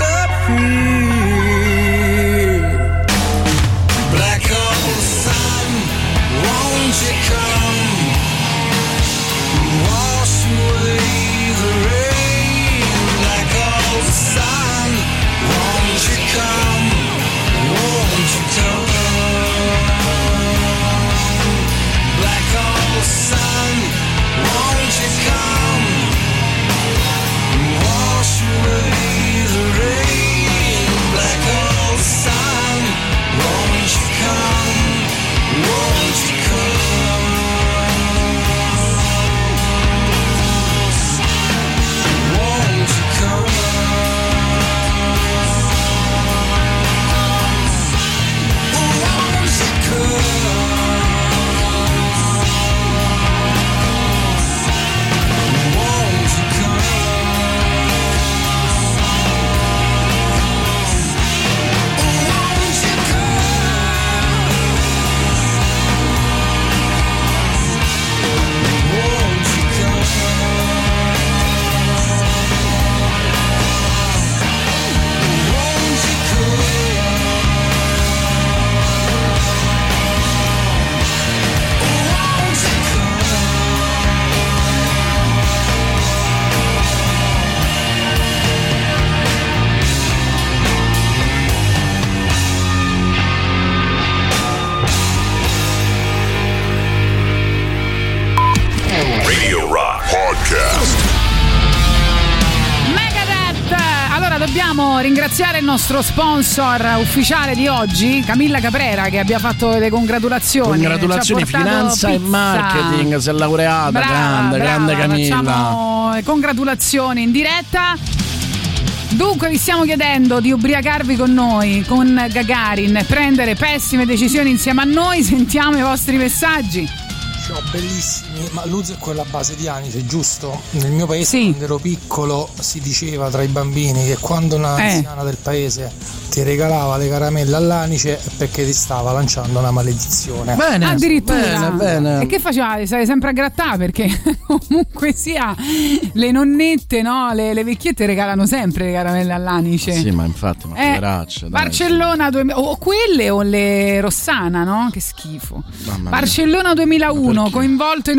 disappear. Black hole sun, won't you come wash away the rain? Black hole sun, won't you come? Won't you come? Black hole sun, won't you come wash away the rain? Black hole sun, won't you come? Won't you come? Won't you come? Won't you Radio Rock Podcast. Megadeth! Allora dobbiamo ringraziare il nostro sponsor ufficiale di oggi, Camilla Caprera, che abbia fatto le congratulazioni. Congratulazioni, Ci ha portato finanza e pizza. marketing, si è laureata, grande Camilla. Facciamo le congratulazioni in diretta. Dunque vi stiamo chiedendo di ubriacarvi con noi, con Gagarin, prendere pessime decisioni insieme a noi. Sentiamo i vostri messaggi. Ciao bellissimi, ma Luz è quella base di Anice, giusto? Nel mio paese quando ero piccolo si diceva tra i bambini che quando un'anziana del paese ti regalava le caramelle all'anice è perché ti stava lanciando una maledizione. Bene, addirittura. Bene. E che facevate? Stai sempre a grattare, perché comunque sia le nonnette, no? Le vecchiette regalano sempre le caramelle all'anice. Sì, ma infatti, ma poveracce, dai. Barcellona 2000, o quelle o le Rossana, no? Che schifo. Mamma mia. Barcellona 2001, coinvolto in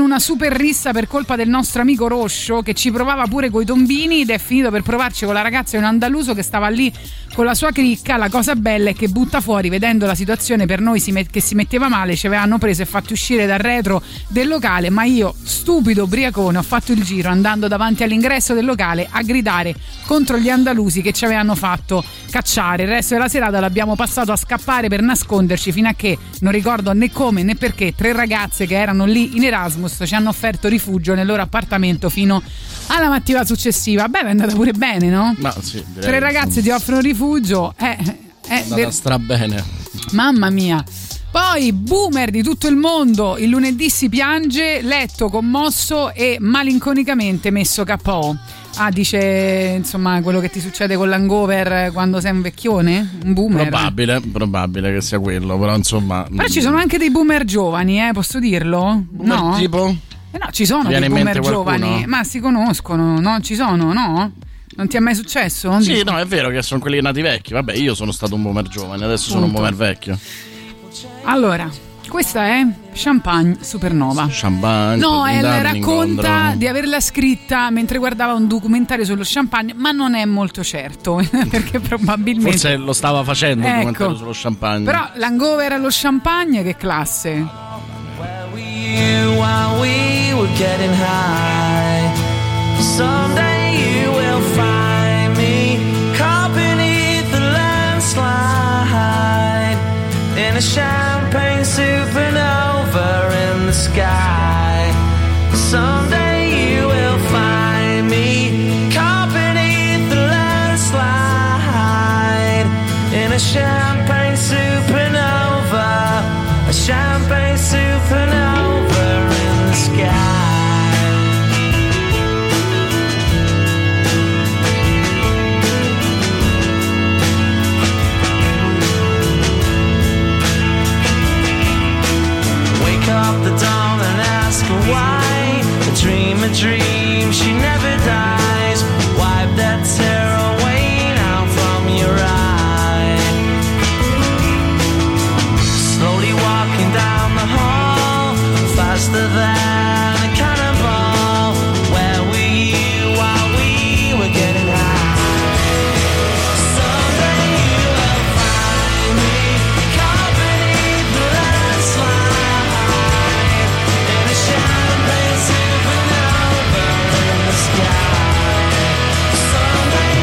una super rissa per colpa del nostro amico Roscio, che ci provava pure coi tombini ed è finito per provarci con la ragazza di un andaluso che stava lì con la sua cricca. La cosa bella è che butta fuori, vedendo la situazione per noi che si metteva male, ci avevano preso e fatti uscire dal retro del locale, ma io, stupido ubriacone, ho fatto il giro andando davanti all'ingresso del locale a gridare contro gli andalusi che ci avevano fatto cacciare. Il resto della serata l'abbiamo passato a scappare per nasconderci, fino a che, non ricordo né come né perché, 3 ragazze che erano lì in Erasmus ci hanno offerto rifugio nel loro appartamento fino alla mattina successiva. Beh, è andata pure bene, no? Ma sì, 3 ragazze ti offrono rifugio, è andata strabene. Mamma mia. Poi boomer di tutto il mondo, il lunedì si piange, letto commosso e malinconicamente messo KO. Ah, dice insomma quello che ti succede con l'hangover quando sei un vecchione? Un boomer? Probabile che sia quello, però insomma. Però ci sono anche dei boomer giovani, posso dirlo? Boomer no? Tipo? No, ci sono dei boomer giovani, ma si conoscono, no? Ci sono, no? Non ti è mai successo? Sì, no, è vero che sono quelli nati vecchi. Vabbè, io sono stato un boomer giovane, adesso sono un boomer vecchio. Allora, questa è Champagne Supernova. Champagne. No, racconta di averla scritta mentre guardava un documentario sullo champagne, ma non è molto certo, perché probabilmente forse lo stava facendo il documentario sullo champagne. Però l'hangover allo champagne, che classe. While we were getting high, someday you will find me caught beneath the landslide in a champagne supernova in the sky. Someday you will find me caught beneath the landslide in a champagne supernova, a champagne supernova in the sky. Up the dawn and ask her why. A dream, she never dies. Wipe that tear away now from your eye. Slowly walking down the hall, faster than a cannonball. Where were you while we were getting high? Someday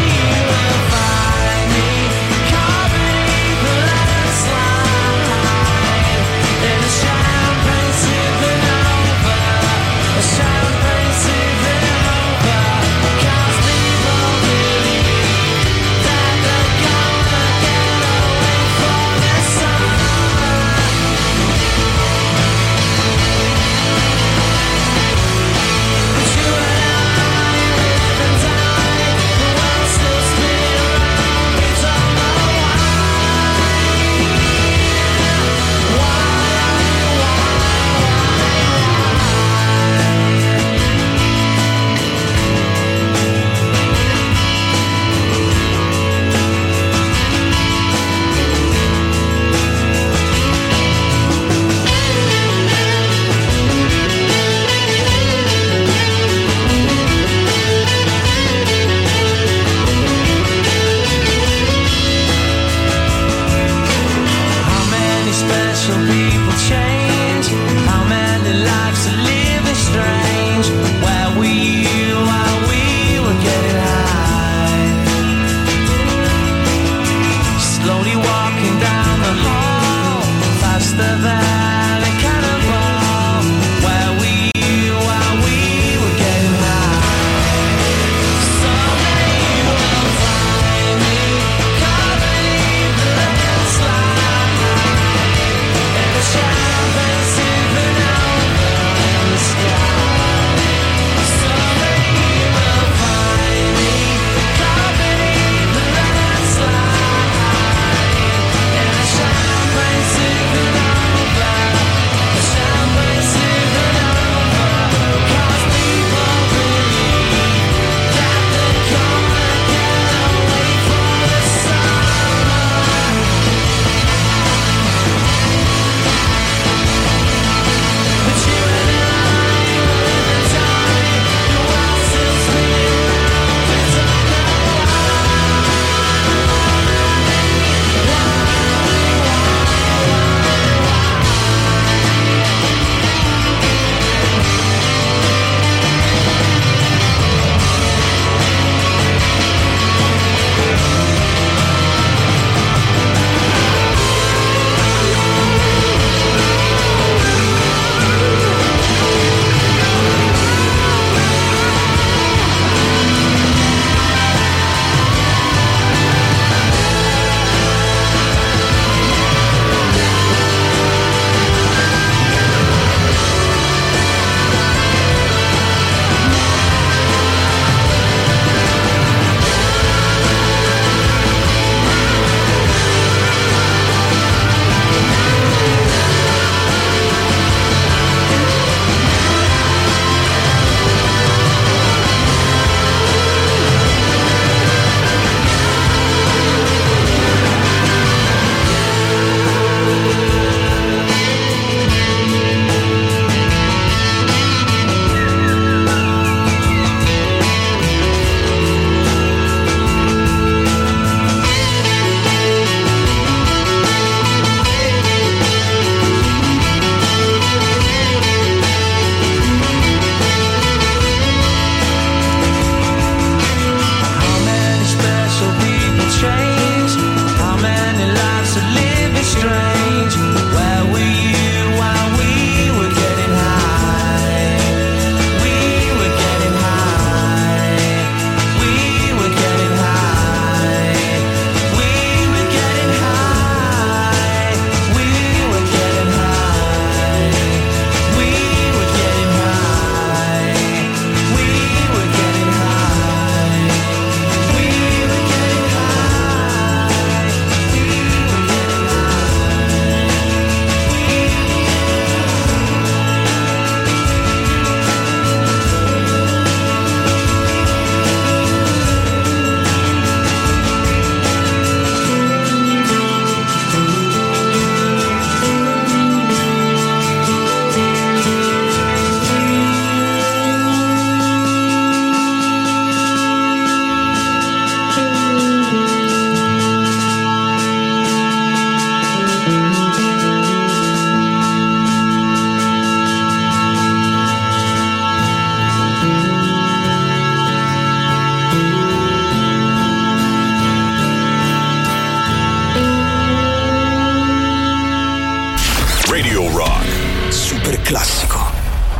classico.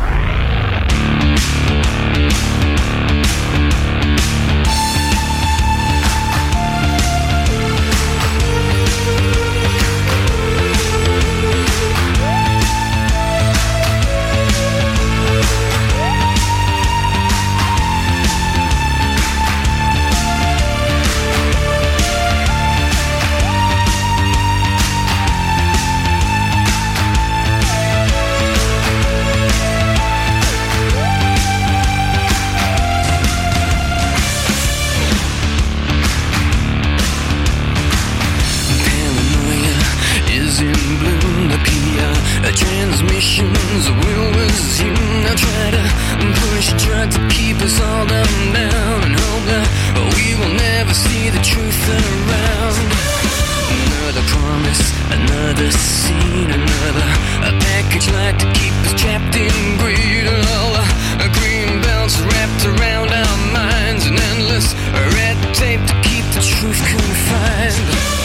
Transmissions will resume. Now try to push, try to keep us all down and hope that we will never see the truth around. Another promise, another scene, another package like to keep us trapped in greed. All the green belts wrapped around our minds, and endless red tape to keep the truth confined.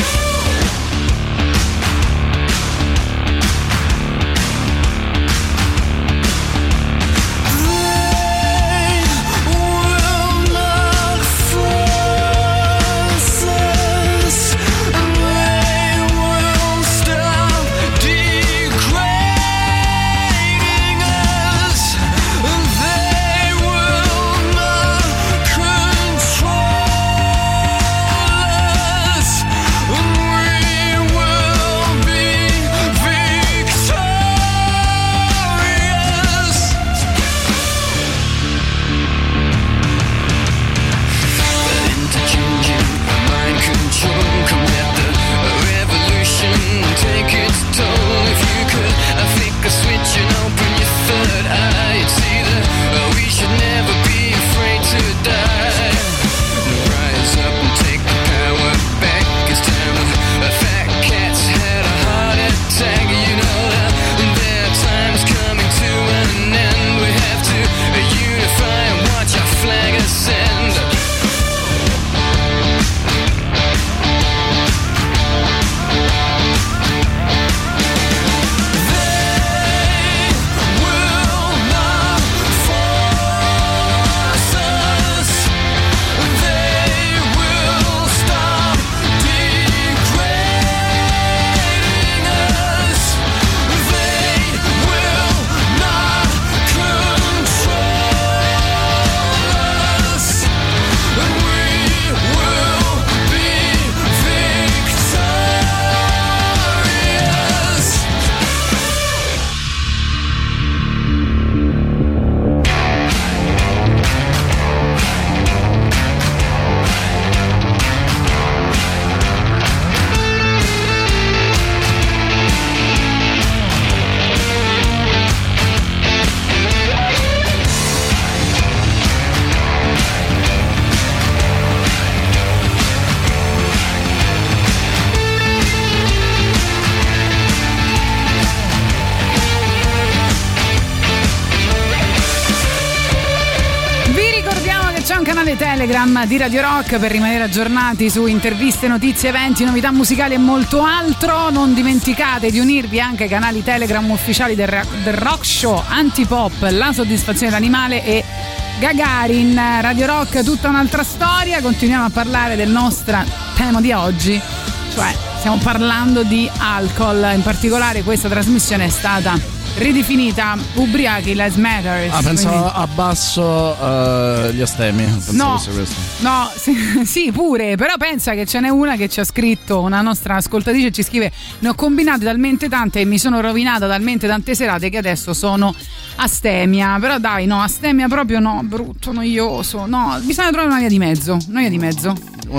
Telegram di Radio Rock per rimanere aggiornati su interviste, notizie, eventi, novità musicali e molto altro. Non dimenticate di unirvi anche ai canali Telegram ufficiali del Rock Show, Antipop, La Soddisfazione Animale e Gagarin. Radio Rock, tutta un'altra storia. Continuiamo a parlare del nostro tema di oggi, cioè stiamo parlando di alcol. In particolare questa trasmissione è stata ridefinita Ubriachi Lives Matters. Pensavo quindi abbasso gli astemi. No, no, sì, pure. Però pensa che ce n'è una che ci ha scritto, una nostra ascoltatrice ci scrive: ne ho combinate talmente tante e mi sono rovinata talmente tante serate che adesso sono astemia. Però dai, no, astemia proprio no, brutto, noioso. No, bisogna trovare una via di mezzo. Una via di mezzo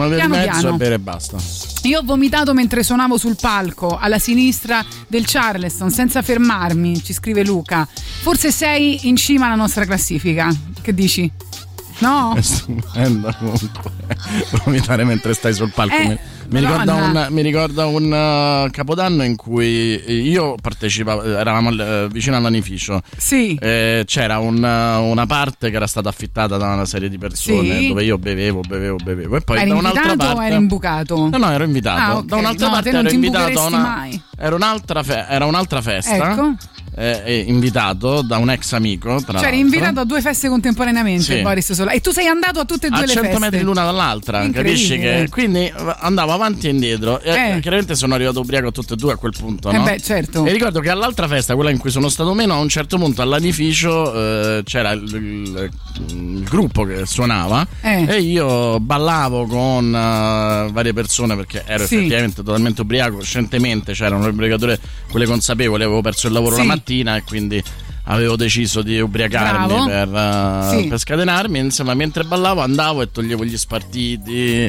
e bere e basta. Io ho vomitato mentre suonavo sul palco alla sinistra del Charleston senza fermarmi, ci scrive Luca. Forse sei in cima alla nostra classifica. Che dici? No? È stupendo comunque vomitare mentre stai sul palco. Mi ricorda un Capodanno in cui io partecipavo, eravamo vicino all'anificio. Sì. C'era una parte che era stata affittata da una serie di persone, sì, dove io bevevo e poi eri da un'altra parte. O eri imbucato? No, ero invitato. Ah, okay. Da un'altra parte ero invitato mai. Era un'altra festa. Ecco. invitato da un ex amico, tra cioè eri invitato a 2 feste contemporaneamente, sì. Boris Sollazzo, e tu sei andato a tutte e 2 le feste a 100 metri l'una dall'altra, capisci che quindi andavo avanti e indietro e chiaramente sono arrivato ubriaco a tutte e 2 a quel punto, no? Certo. E ricordo che all'altra festa, quella in cui sono stato meno, a un certo punto all'anificio c'era il gruppo che suonava e io ballavo con varie persone perché ero effettivamente totalmente ubriaco, scientemente c'erano le brigature, quelle consapevoli, avevo perso il lavoro la mattina e quindi avevo deciso di ubriacarmi per scatenarmi. Insomma, mentre ballavo andavo e toglievo gli spartiti,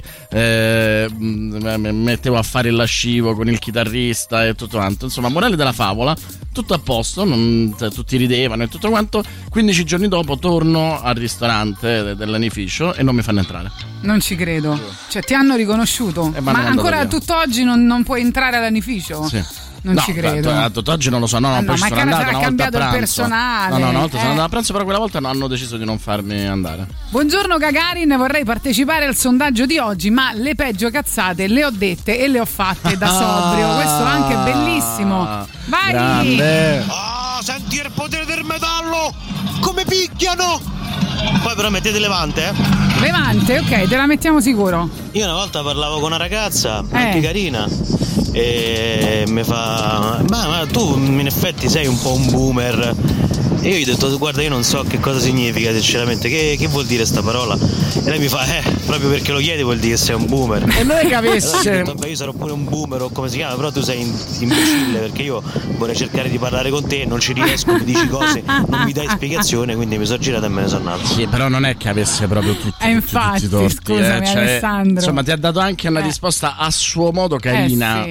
mettevo a fare il lascivo con il chitarrista e tutto quanto. Insomma, morale della favola, tutto a posto, tutti ridevano e tutto quanto. 15 giorni dopo torno al ristorante dell'anificio e non mi fanno entrare. Non ci credo, cioè ti hanno riconosciuto, ma ancora tutt'oggi non puoi entrare all'anificio? Sì. Non ci credo. Oggi non lo so, poi ma sono andato una volta a pranzo. Il personale. No, una volta sono andato a pranzo, però quella volta hanno deciso di non farmi andare. Buongiorno Gagarin, vorrei partecipare al sondaggio di oggi, ma le peggio cazzate le ho dette e le ho fatte da sobrio. Questo è anche bellissimo. Vai! Grande. Senti il potere del metallo! Come picchiano! Poi però mettete Levante, Levante, ok, te la mettiamo sicuro. Io una volta parlavo con una ragazza, anche carina, e mi fa ma tu in effetti sei un po' un boomer. E io gli ho detto guarda, io non so che cosa significa sinceramente, che vuol dire sta parola. E lei mi fa proprio perché lo chiedi vuol dire che sei un boomer. E noi che avesse allora, vabbè, io sarò pure un boomer o come si chiama, però tu sei imbecille perché io vorrei cercare di parlare con te, non ci riesco, mi dici cose, non mi dai spiegazione, quindi mi sono girato e me ne sono andato. Sì, però non è che avesse proprio tutti infatti, torti, scusami Alessandro. Insomma, ti ha dato anche una risposta a suo modo carina,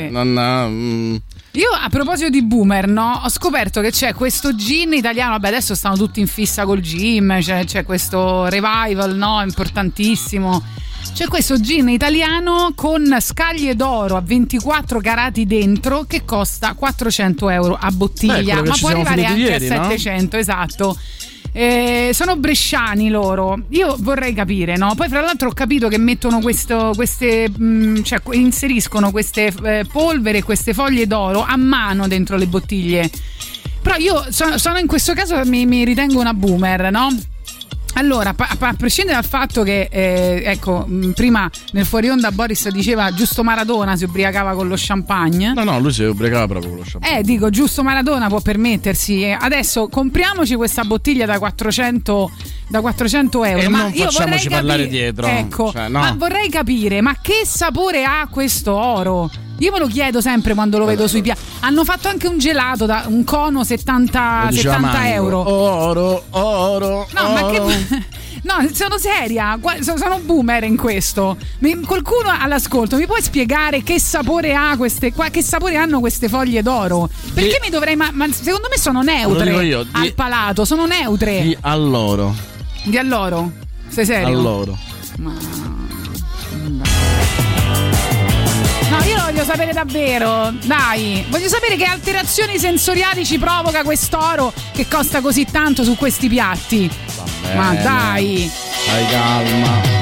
non Io a proposito di boomer, no, ho scoperto che c'è questo gin italiano, vabbè adesso stanno tutti in fissa col gin, c'è questo revival, no, importantissimo. C'è questo gin italiano con scaglie d'oro a 24 carati dentro che costa 400 euro a bottiglia, ma può arrivare anche ieri, a 700, no? Esatto. Sono bresciani loro. Io vorrei capire, no? Poi fra l'altro ho capito che mettono queste cioè inseriscono queste polvere, queste foglie d'oro a mano dentro le bottiglie. Però io sono in questo caso mi ritengo una boomer, no? Allora, a prescindere dal fatto che ecco, prima nel fuori onda Boris diceva giusto Maradona si ubriacava con lo champagne. No, lui si ubriacava proprio con lo champagne. Dico, giusto Maradona può permettersi. Adesso compriamoci questa bottiglia da 400 euro. E ma non io facciamoci parlare dietro. Ecco, cioè, no. Ma vorrei capire, ma che sapore ha questo oro? Io me lo chiedo sempre quando lo vedo sui piatti. Hanno fatto anche un gelato da un cono 70 euro. Oro. No, ma che no, sono seria, sono boomer in questo. Qualcuno all'ascolto mi puoi spiegare che sapore ha che sapore hanno queste foglie d'oro? Perché mi dovrei ma secondo me sono neutre al palato, sono neutre. Di alloro. Sei serio? Alloro. No, io lo voglio sapere davvero, dai. Voglio sapere che alterazioni sensoriali ci provoca quest'oro che costa così tanto su questi piatti. Ma dai. Stai calma.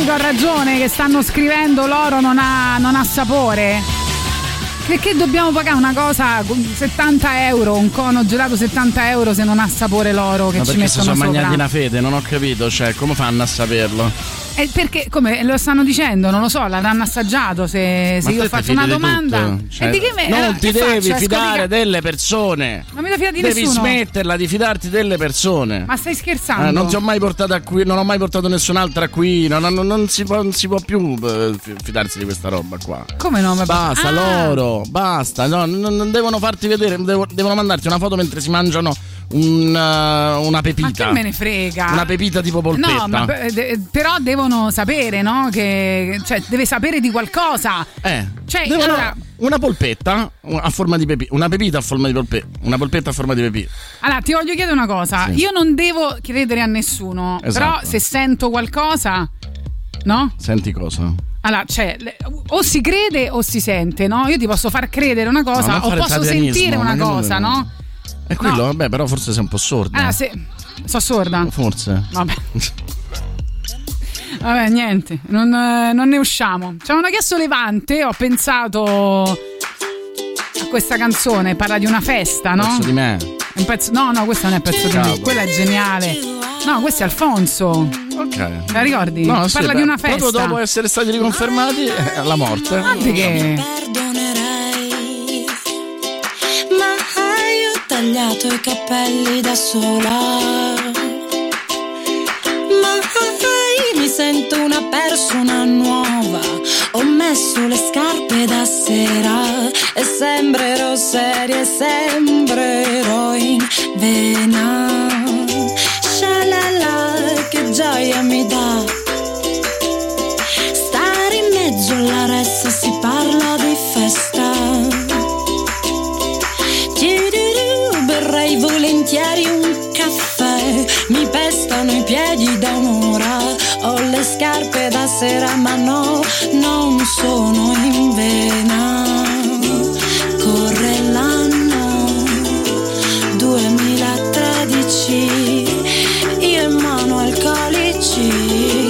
che ho ragione, che stanno scrivendo l'oro non ha sapore? Perché dobbiamo pagare una cosa con 70 euro, un cono gelato 70 euro se non ha sapore l'oro che ci mettono sopra? Ma perché sono magnati una fede, non ho capito, cioè come fanno a saperlo? Perché, come lo stanno dicendo, non lo so, l'avranno assaggiato se io faccio una domanda. Cioè, e di che non ti devi fidare delle persone. Non mi devo fidare di devi nessuno. Devi smetterla di fidarti delle persone. Ma stai scherzando? Non ti ho mai portato qui, non ho mai portato nessun'altra qui. Non si può più fidarsi di questa roba qua. Come no? Basta, loro, basta. No, non devono farti vedere, devono mandarti una foto mentre si mangiano una pepita. Ma che me ne frega? Una pepita tipo polpetta. No, però devono sapere, no? Che cioè deve sapere di qualcosa. Cioè, allora, una polpetta a forma di pepita, una pepita a forma di polpetta, una polpetta a forma di pepita. Allora, ti voglio chiedere una cosa. Sì. Io non devo credere a nessuno, esatto. Però se sento qualcosa, no? Senti cosa? Allora, cioè, o si crede o si sente, no? Io ti posso far credere una cosa o posso sentire una cosa, no? E quello, vabbè, però forse sei un po' sorda. Ah, sì. Sono sorda? Forse. Vabbè, niente, non ne usciamo. Ci avevano chiesto Levante, ho pensato a questa canzone, parla di una festa, no? Un pezzo di me. Un pezzo, no, questo non è pezzo di me, quella è geniale. No, questo è Alfonso. Ok. La ricordi? No, parla di una festa. Proprio dopo essere stati riconfermati, la morte. Ma perché? Tagliato i capelli da sola, ma mi sento una persona nuova. Ho messo le scarpe da sera e sembrerò seria e sembrerò in vena. Shalala, che gioia mi dà stare in mezzo alla ressa, si parla di festa. Berrei volentieri un caffè, mi pestano i piedi da un'ora. Ho le scarpe da sera ma no, non sono in vena. Corre l'anno 2013, io in mano alcolici.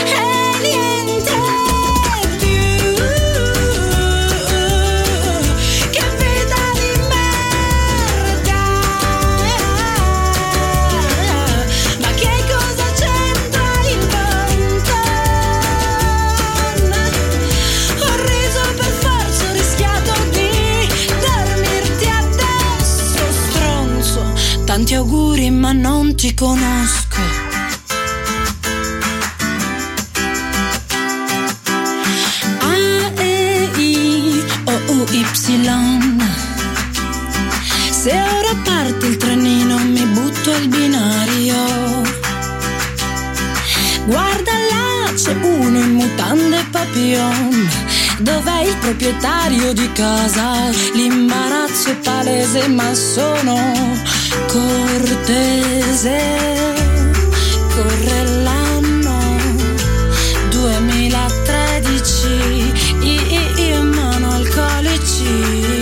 Tanti auguri ma non ti conosco. A-E-I-O-U-Y. Se ora parte il trenino mi butto al binario. Guarda là, c'è uno in mutande e papillon. Dov'è il proprietario di casa? L'imbarazzo è palese ma sono cortese. Corre l'anno 2013, io in mano alcolici.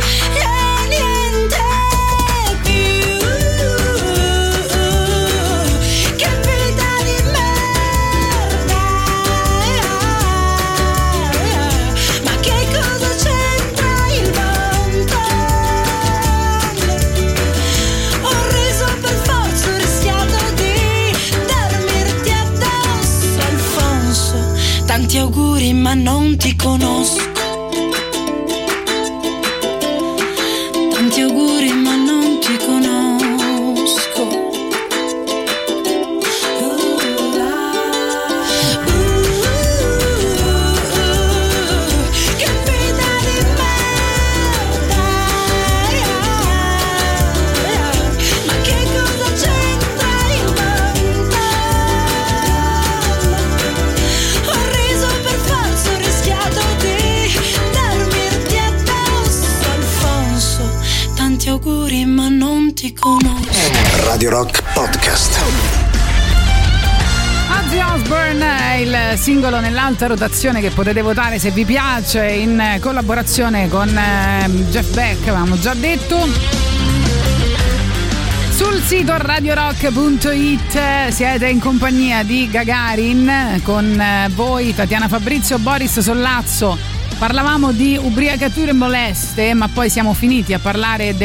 Tanti auguri ma non ti conosco. Tanti auguri ma non ti conosco. Che vita di merda. Ma che cosa c'entra il vento? Tanti auguri ma non ti conosco. Radio Rock Podcast. Ozzy Osbourne è il singolo nell'alta rotazione che potete votare se vi piace, in collaborazione con Jeff Beck, avevamo già detto. Sul sito radiorock.it siete in compagnia di Gagarin, con voi Tatiana Fabrizio, Boris Sollazzo. Parlavamo di ubriacature moleste, ma poi siamo finiti a parlare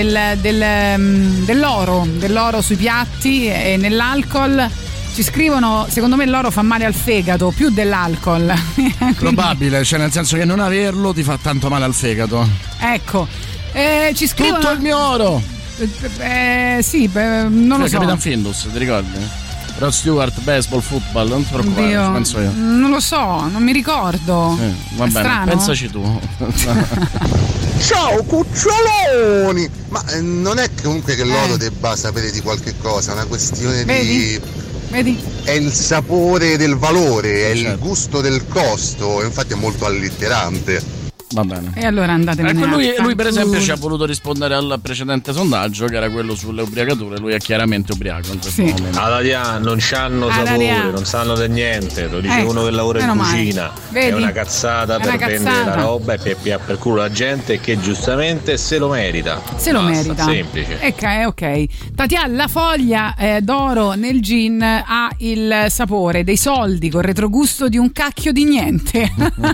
dell'oro sui piatti e nell'alcol. Ci scrivono, secondo me l'oro fa male al fegato più dell'alcol. Probabile, cioè nel senso che non averlo ti fa tanto male al fegato. Ecco, ci scrivono tutto il mio oro. Sì, non lo so. Capitan Findus, ti ricordi? Rod Stewart, baseball, football, non te lo preoccupare, penso io. Non lo so, non mi ricordo. Va bene, strano? pensaci tu. Ciao cuccioloni! Ma non è comunque che l'oro debba sapere di qualche cosa, è una questione Vedi? È il sapore del valore, è il gusto del costo, infatti è molto allitterante. Va bene. E allora andatevene. Lui per esempio ci ha voluto rispondere al precedente sondaggio, che era quello sulle ubriacature. Lui è chiaramente ubriaco in questo momento. Alla non c'hanno sapore, non sanno di niente. Lo dice uno che lavora in cucina. È una cazzata per vendere la roba e per pigliare per culo la gente, e che giustamente se lo merita. Se lo merita. Semplice. Ok. Tatiana, la foglia d'oro nel gin ha il sapore dei soldi col retrogusto di un cacchio di niente.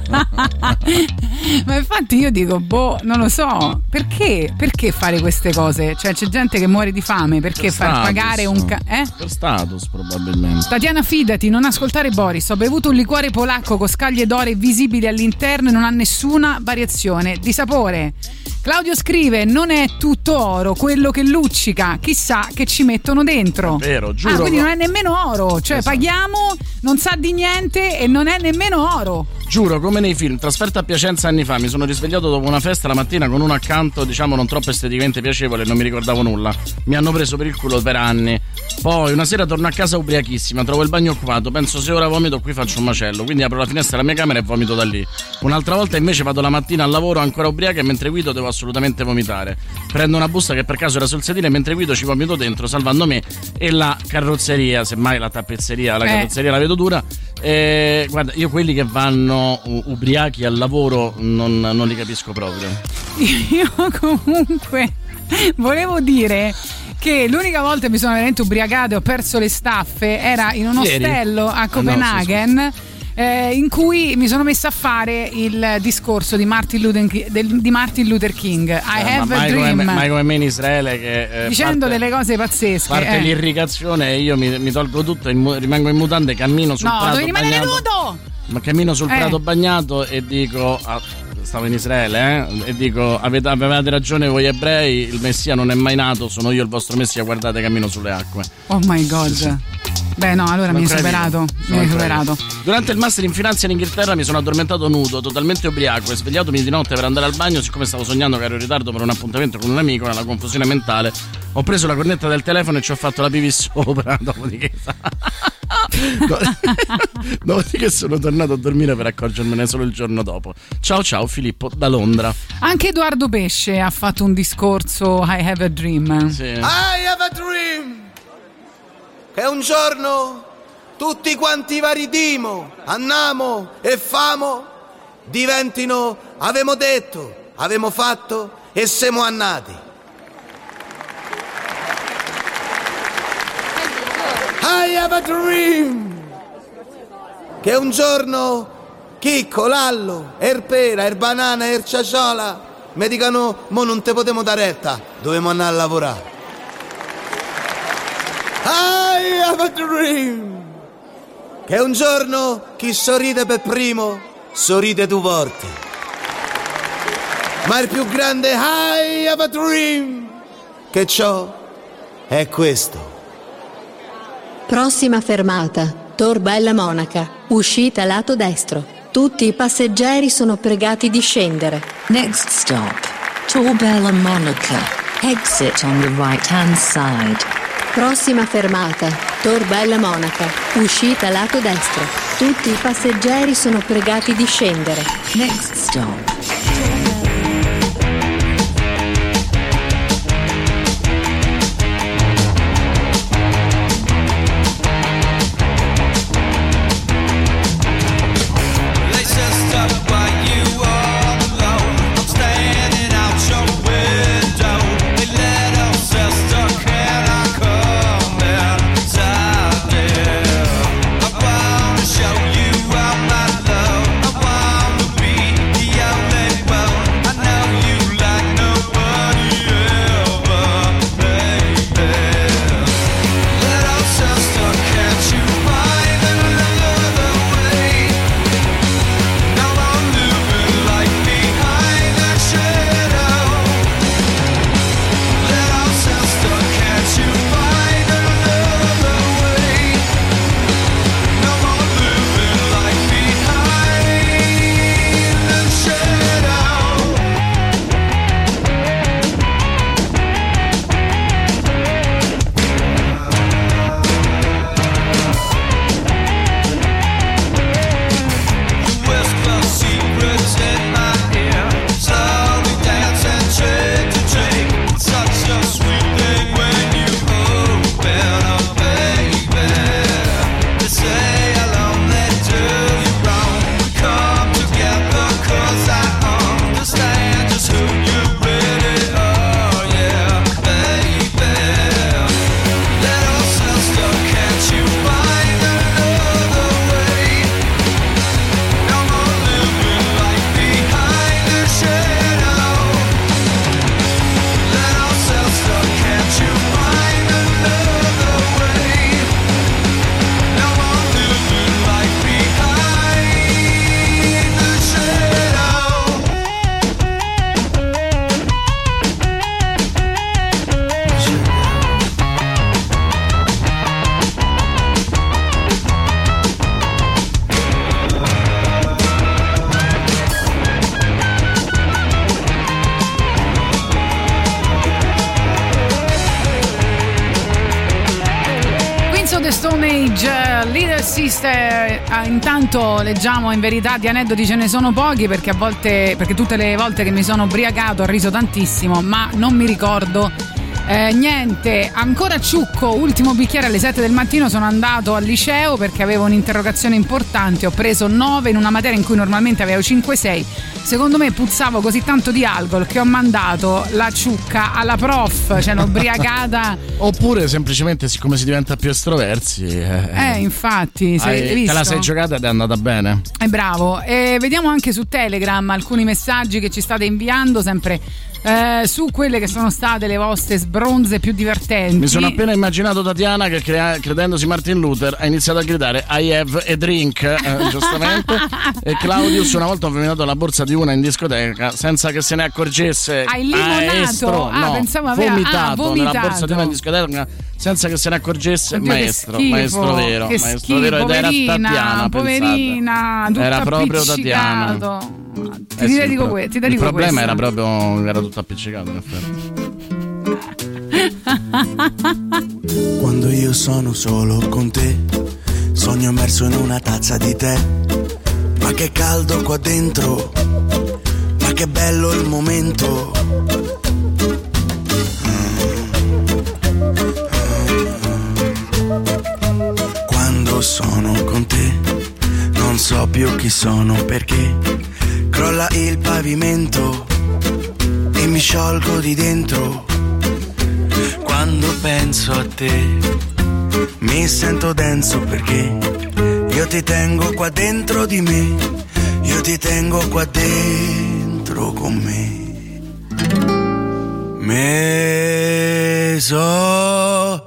Ma infatti io dico, non lo so, perché fare queste cose? Cioè c'è gente che muore di fame, perché far pagare un per status probabilmente. Tatiana, fidati, non ascoltare Boris, ho bevuto un liquore polacco con scaglie d'oro visibili all'interno e non ha nessuna variazione di sapore. Claudio scrive, non è tutto oro quello che luccica, chissà che ci mettono dentro. È vero, giuro. Quindi non è nemmeno oro, cioè paghiamo, non sa di niente e non è nemmeno oro. Giuro, come nei film. Trasferta a Piacenza anni fa, mi sono risvegliato dopo una festa la mattina con uno accanto, diciamo non troppo esteticamente piacevole, non mi ricordavo nulla. Mi hanno preso per il culo per anni. Poi una sera torno a casa ubriachissima, trovo il bagno occupato, penso se ora vomito qui faccio un macello, quindi apro la finestra della mia camera e vomito da lì. Un'altra volta invece vado la mattina al lavoro ancora ubriaca e mentre guido devo assolutamente vomitare. Prendo una busta che per caso era sul sedile e mentre guido ci vomito dentro, salvando me e la carrozzeria, semmai la tappezzeria, la carrozzeria la vedo dura. Guarda, io quelli che vanno ubriachi al lavoro non li capisco proprio. Io comunque volevo dire che l'unica volta che mi sono veramente ubriacata e ho perso le staffe era in un ostello a Copenaghen. In cui mi sono messa a fare il discorso di Martin Luther King, I have a dream, mai come me in Israele, che dicendo delle cose pazzesche. Parte l'irrigazione e io mi tolgo tutto e rimango in mutande, cammino sul prato devi rimanere nudo! Ma cammino sul prato bagnato e dico stavo in Israele e dico avevate ragione voi ebrei, il Messia non è mai nato, sono io il vostro Messia, guardate, cammino sulle acque. Oh my god, sì. Beh no, allora mi hai superato. Durante il master in finanza in Inghilterra mi sono addormentato nudo, totalmente ubriaco e svegliatomi di notte per andare al bagno. Siccome stavo sognando che ero in ritardo per un appuntamento con un amico, nella confusione mentale ho preso la cornetta del telefono e ci ho fatto la pipì sopra. Dopodiché sono tornato a dormire per accorgermene solo il giorno dopo. Ciao Filippo da Londra. Anche Edoardo Pesce ha fatto un discorso I have a dream. Sì. I have a dream che un giorno tutti quanti i vari Dimo, Annamo e Famo diventino avemo detto, avemo fatto e siamo annati. I have a dream che un giorno Chicco, Lallo, Erpera, Erbanana, Erciaciola mi dicano mo non te potremo dare retta, dobbiamo andare a lavorare. I have a dream che un giorno chi sorride per primo sorride tu volte, ma il più grande I have a dream che ciò è questo. Prossima fermata, Tor Bella Monaca, uscita lato destro. Tutti i passeggeri sono pregati di scendere. Next stop, Tor Bella Monaca, exit on the right hand side. Prossima fermata, Tor Bella Monaca, uscita lato destro. Tutti i passeggeri sono pregati di scendere. Next stop. Can I come? assiste intanto leggiamo in verità di aneddoti ce ne sono pochi, perché a volte, perché tutte le volte che mi sono ubriacato ho riso tantissimo, ma non mi ricordo niente. Ancora ciucco, ultimo bicchiere alle 7 del mattino, sono andato al liceo perché avevo un'interrogazione importante, ho preso 9 in una materia in cui normalmente avevo 5-6. Secondo me puzzavo così tanto di alcol che ho mandato la ciucca alla prof, cioè l'ho ubriacata. Oppure semplicemente, siccome si diventa più estroversi, infatti te la sei giocata ed è andata bene. Bravo. Vediamo anche su Telegram alcuni messaggi che ci state inviando, sempre su quelle che sono state le vostre sbronze più divertenti. Mi sono appena immaginato Tatiana che credendosi Martin Luther ha iniziato a gridare I have a drink, giustamente. E Claudius, una volta ho vomitato la borsa di una in discoteca senza che se ne accorgesse. Hai limonato? Pensavo aveva vomitato nella borsa di una in discoteca senza che se ne accorgesse. Oddio, maestro vero, che maestro schifo, vero, ed poverina, era Tatiana, poverina, era proprio Tatiana. Ti dedico il problema questo. era proprio che era tutto appiccicato, in effetti. Quando io sono solo con te, sogno immerso in una tazza di tè. Ma che caldo qua dentro, ma che bello il momento. Quando sono con te, non so più chi sono perché crolla il pavimento e mi sciolgo di dentro. Quando penso a te mi sento denso perché io ti tengo qua dentro di me, io ti tengo qua dentro con me. Me so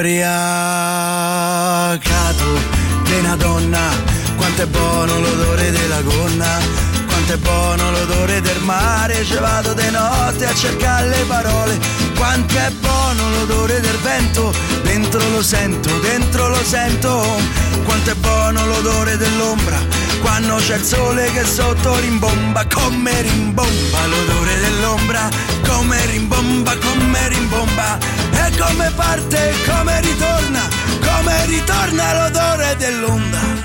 ubriacato di una donna, quanto è buono l'odore della gonna. Quanto è buono l'odore del mare, ci vado di notte a cercare le parole. Quanto è buono l'odore del vento, dentro lo sento, dentro lo sento. Quanto è buono l'odore dell'ombra, quando c'è il sole che sotto rimbomba, come rimbomba l'odore dell'ombra, come rimbomba, come rimbomba. E come parte, come ritorna l'odore dell'onda.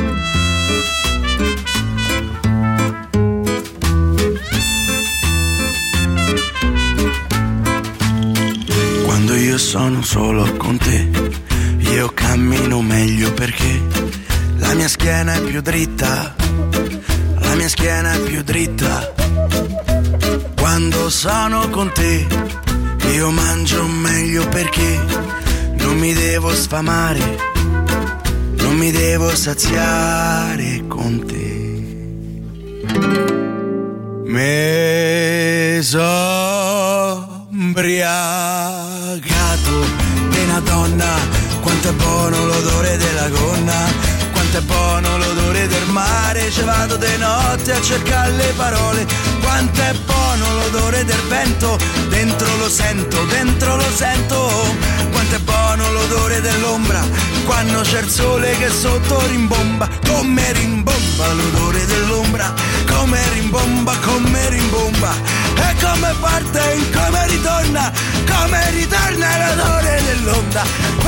Quando io sono solo con te, io cammino meglio perché la mia schiena è più dritta, la mia schiena è più dritta. Quando sono con te, io mangio meglio perché non mi devo sfamare, non mi devo saziare con te. Me so ubriacato di una donna, quanto è buono l'odore della gonna, quanto è buono l'odore del mare, ci vado di notte a cercare le parole. Quanto è buono l'odore del vento, dentro lo sento, dentro lo sento. Quanto è buono l'odore dell'ombra, quando c'è il sole che sotto rimbomba, come rimbomba l'odore dell'ombra, come rimbomba, come rimbomba. E come parte, come ritorna l'odore dell'onda.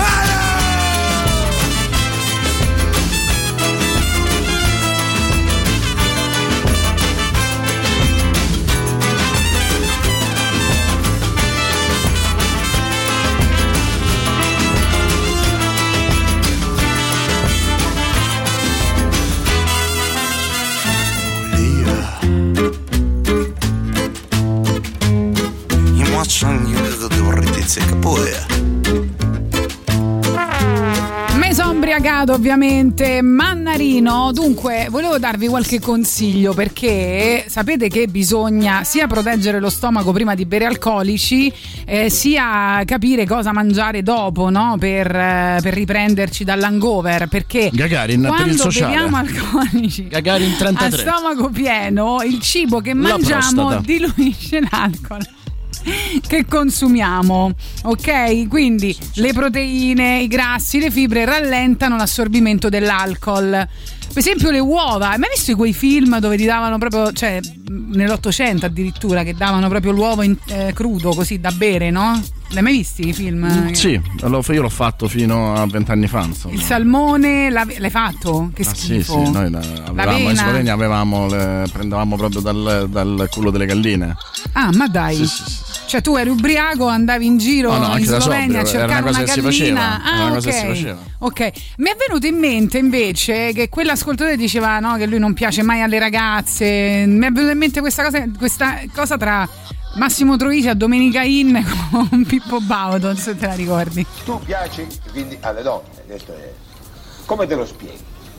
Me sono ubriacato ovviamente. Mannarino, dunque volevo darvi qualche consiglio, perché sapete che bisogna sia proteggere lo stomaco prima di bere alcolici, sia capire cosa mangiare dopo, no? Per riprenderci dall'hangover, perché Gagarin, quando per il sociale, beviamo alcolici Gagarin 33 a stomaco pieno, il cibo che mangiamo diluisce l'alcol che consumiamo, ok? Quindi le proteine, i grassi, le fibre rallentano l'assorbimento dell'alcol. Per esempio le uova, hai mai visto quei film dove ti davano proprio, cioè nell'Ottocento addirittura, che davano proprio l'uovo crudo così da bere, no? L'hai mai visti i film? Sì, io l'ho fatto fino a 20 anni fa, insomma. Il salmone l'hai fatto? Che schifo. Sì, noi in Slovenia prendevamo proprio dal culo delle galline. Ah, ma dai. Sì. Cioè tu eri ubriaco, andavi in giro in Slovenia a cercare una gallina. Era una cosa che si faceva. Ok, mi è venuto in mente invece che quell'ascoltatore diceva no, che lui non piace mai alle ragazze. Mi è venuta in mente questa cosa tra Massimo Troisi a Domenica Inn con Pippo Baudo, se te la ricordi. Tu piaci quindi alle donne, questo è. Come te lo spieghi?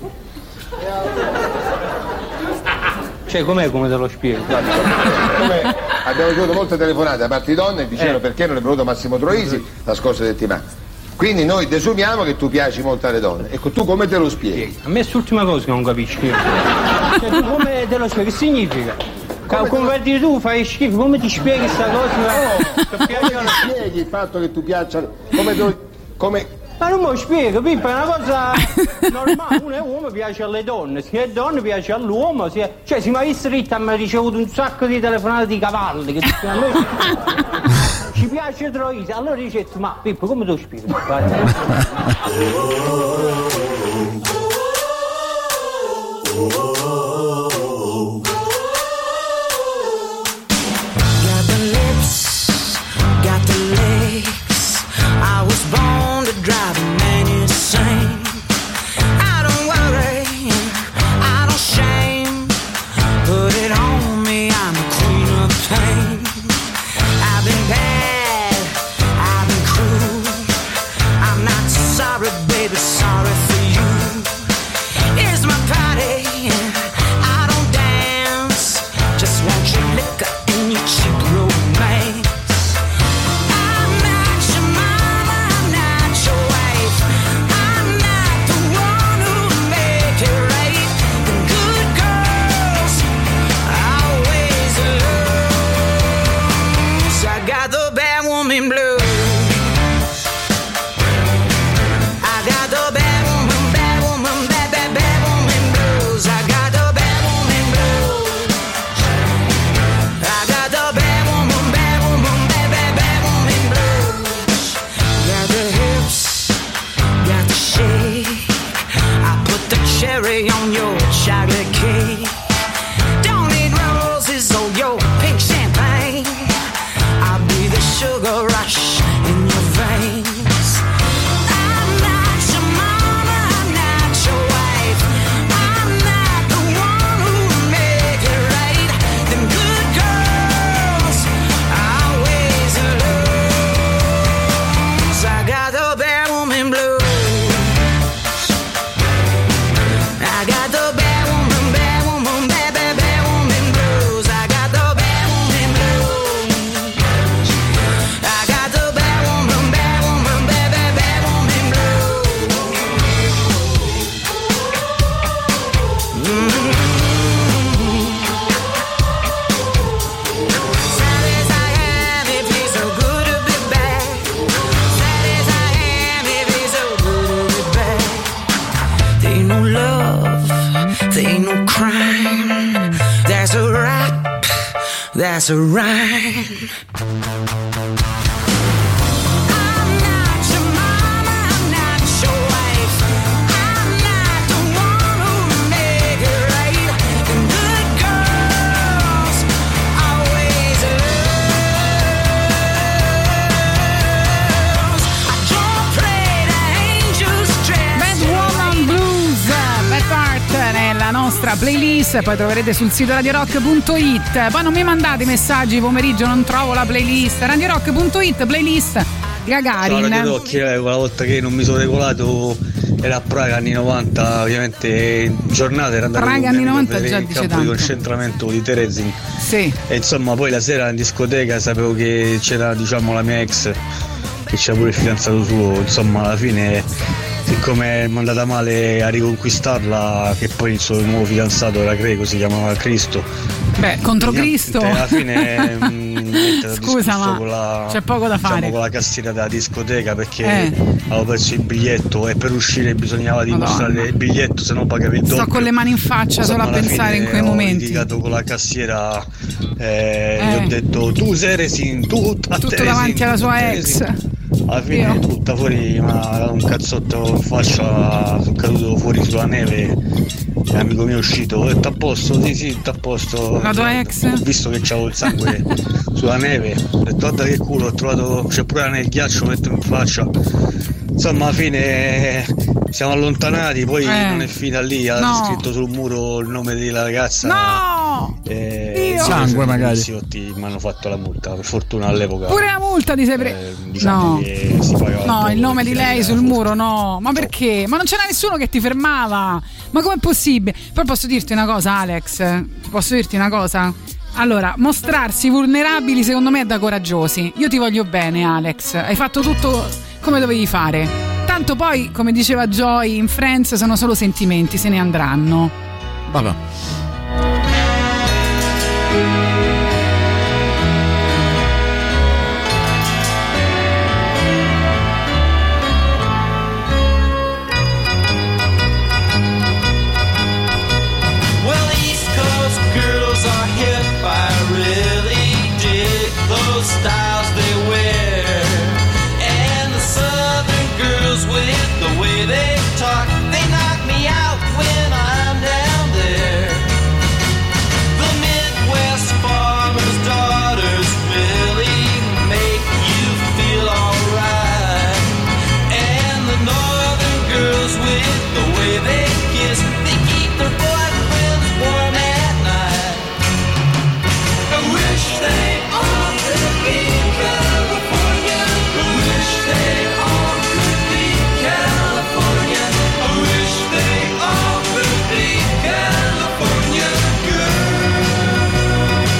Cioè come te lo spiego? Abbiamo avuto molte telefonate da parte di donne e dicevano perché non è venuto Massimo Troisi la scorsa settimana. Quindi noi desumiamo che tu piaci molto alle donne. Ecco, tu come te lo spieghi? A me è l'ultima cosa che non capisci. Cioè, tu come te lo spieghi? Che significa? Come per dire tu fai schifo, come ti spieghi questa cosa? Ti spieghi il fatto che tu piaccia come ma non me lo spiego, Pippa, è una cosa normale, uno è uomo, piace alle donne, se è donna piace all'uomo, cioè se mi avessi ritta mi ha ricevuto un sacco di telefonate di cavalli, che a me ci piace Troisi, allora dice, ma Pippa come te lo spiego? I was born to drive a man insane. I don't worry, I don't shame. Put it on me, I'm a queen of pain. I've been bad, I've been cruel. I'm not sorry, baby, sorry for you. Here's my party, I don't dance. Just want your liquor and your cheap romance. On your chocolate cake. Don't need roses or your pink champagne. I'll be the sugar rush in your veins. I'm not your mama, I'm not your wife. I'm not the one who'll make it right. Them good girls always lose. I got the bad woman blues. I got the bad woman, bad woman, bad, bad, bad woman blues. I got the bad woman blues. I got the bad woman, bad, bad, bad woman blues. Sad as I am, it feels so good to be back. Sad as I am, it feels so good to be back. There ain't no love, there ain't no crime. There's a rap, there's a rhyme. I'm not your mama, I'm not your wife. I'm not the one who'll make it right. And good girls always lose. I don't play the angels dress. Bad Woman Blues, Bad Part nella nostra playlist, poi troverete sul sito radiorock.it. Poi non mi mandate messaggi pomeriggio, non trovo la playlist. radiorock.it, playlist Gagarin. Ciao Radio Rock, quella volta che non mi sono regolato era a Praga anni 90, ovviamente giornata era andato Praga anni 90 già il dice campo tanto. di concentramento di Terezin. Sì. E insomma poi la sera in discoteca sapevo che c'era, diciamo, la mia ex, che c'era pure il fidanzato suo, insomma alla fine, siccome mi è andata male a riconquistarla, che poi il suo nuovo fidanzato era greco, si chiamava Cristo, Beh, contro Cristo. Alla fine scusa, ma c'è poco da fare. Con la cassiera della discoteca, perché avevo perso il biglietto e per uscire bisognava dimostrare il biglietto, se no pagavi il doppio. Sto con le mani in faccia solo a pensare in quei momenti. Ho litigato con la cassiera, gli ho detto tu Teresin, tutto davanti alla sua ex. Alla fine tutta fuori, ma un cazzotto in faccia, sono caduto fuori sulla neve. L'amico mio è uscito, ho detto a posto, sì, a posto. La tua ex? Ho visto che c'avevo il sangue sulla neve, ho detto guarda che culo, ho trovato, c'è pure la neve, il ghiaccio, lo metto in faccia. Insomma, alla fine siamo allontanati, poi non è finita lì, ha scritto sul muro il nome della ragazza. No! Sangue magari. Mi hanno fatto la multa, per fortuna all'epoca. Pure la multa ti sei preso? Diciamo che si pagava. No, il nome di lei sul muro, no. Ma perché? Ma non c'era nessuno che ti fermava. Ma com'è possibile? Poi posso dirti una cosa, Alex? Posso dirti una cosa? Allora, mostrarsi vulnerabili secondo me è da coraggiosi. Io ti voglio bene, Alex. Hai fatto tutto come dovevi fare. Tanto poi, come diceva Joy in Friends, sono solo sentimenti, se ne andranno. Vabbè. Styles they wear, and the southern girls with the way they talk, they knock me out when I'm down there. The Midwest farmers' daughters really make you feel alright, and the northern girls with the way they kiss, they keep their boyfriends warm at night. I wish they all could be California. I wish they all could be California. I wish they all could be California girls.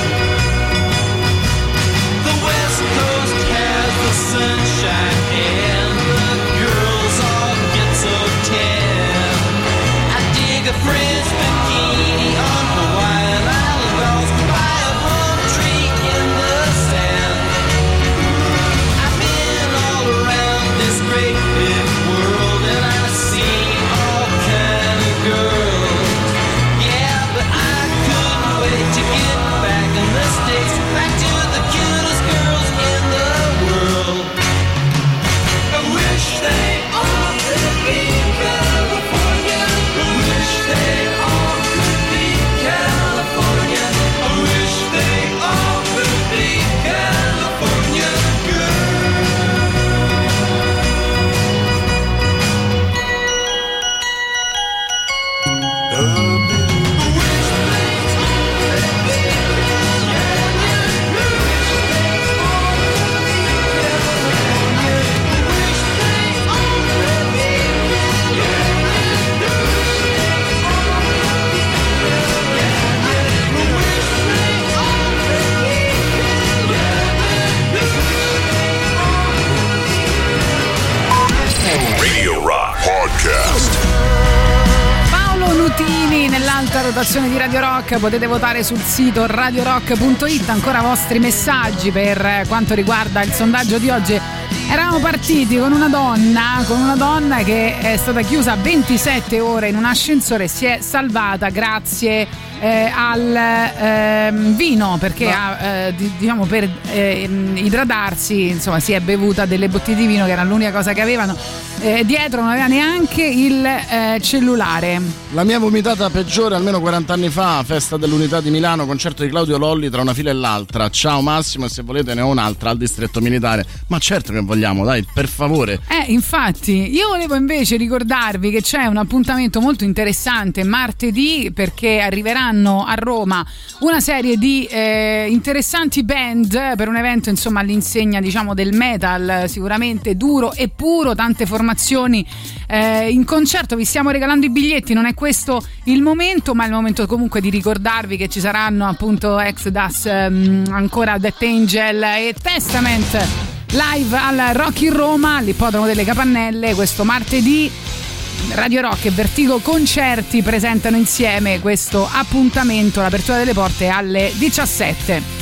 The West Coast has the sunshine and the girls all get so tan. I dig a French bikini on Hawaiian Island girls by a palm tree in the sand. I've been all around this great big world and I've seen all kind of girls. Yeah, but I couldn't wait to get back in the States, back to the cutest girls in the world. I wish they all could be California. I wish they all could be California. I wish they all could be California Radio Rock Podcast. Paolo Nutini nell'alta rotazione di Radio Rock. Potete votare sul sito radiorock.it. Ancora vostri messaggi per quanto riguarda il sondaggio di oggi. Eravamo partiti con una donna che è stata chiusa 27 ore in un ascensore e si è salvata grazie al vino, perché diciamo per idratarsi, insomma, si è bevuta delle bottiglie di vino che era l'unica cosa che avevano. Dietro non aveva neanche il cellulare. La mia vomitata peggiore almeno 40 anni fa, festa dell'Unità di Milano, concerto di Claudio Lolli tra una fila e l'altra. Ciao Massimo, e se volete ne ho un'altra al distretto militare. Ma certo che vogliamo, dai, per favore. Infatti, io volevo invece ricordarvi che c'è un appuntamento molto interessante martedì, perché arriveranno a Roma una serie di interessanti band per un evento, insomma, all'insegna, diciamo, del metal, sicuramente duro e puro, tante formazioni in concerto. Vi stiamo regalando i biglietti, non è questo il momento, ma è il momento comunque di ricordarvi che ci saranno appunto Exodus, ancora Death Angel e Testament live al Rock in Roma, all'ippodromo delle Capannelle, questo martedì Radio Rock e Vertigo Concerti presentano insieme questo appuntamento, l'apertura delle porte alle 17.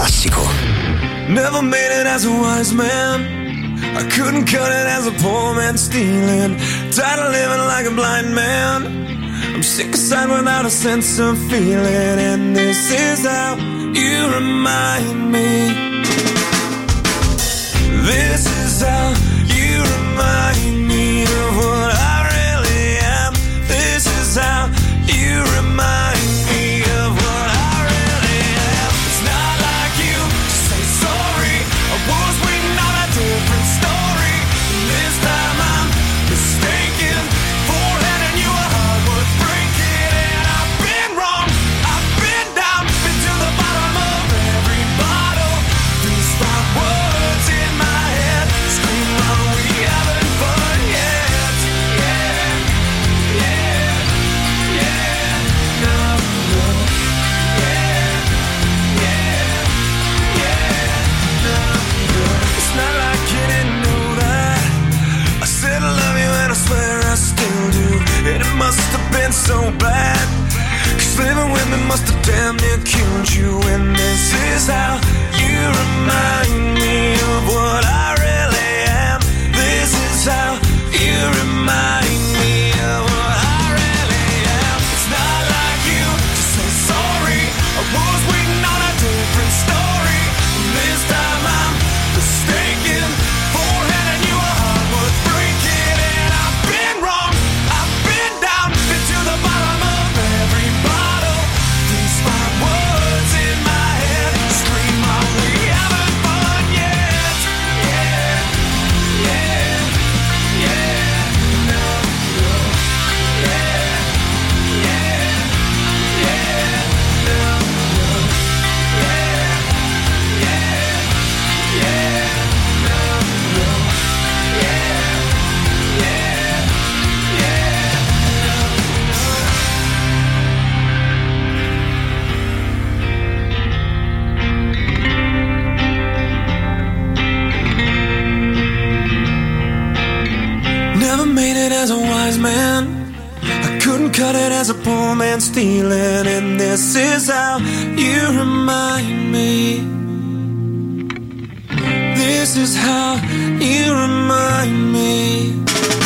classico. Never made it as a wise man. I couldn't cut it as a poor man stealing. Tired of living like a blind man. I'm sick aside without a sense of feeling. And this is how you remind me. This is how you remind me of what I really am. This is how you remind me of what I really am. It's not like you to say sorry. I was waiting on a different story. And this time I'm mistaken for letting you a heart worth breaking. And I've been wrong, I've been down, been to the bottom of every bottle. These 5 words in my head scream, are we having fun yet? Yeah, yeah, yeah, no, no. Yeah, yeah, yeah, no, no. It's not like you didn't know that I said I love you and I swear I still do. And it must have been so bad, 'cause living with me must have damn near killed you. And this is how you remind me of what I really am. This is how you remind me of what I really am. It's not like you to say sorry. I was waiting on a different story. And this time I'm mistaken for handing you a heart worth breaking. And I've been wrong, I've been down, been to the bottom of every bottle. These 5 words in my head scream, are we having fun yet? Yeah, yeah, yeah, no, no. Yeah, yeah, yeah, no, no. Yeah, yeah, yeah, no, no. Yeah, yeah, yeah, Never made it as a wise man. I couldn't cut it as a poor man stealing. And this is how you remind me. This is how you remind me.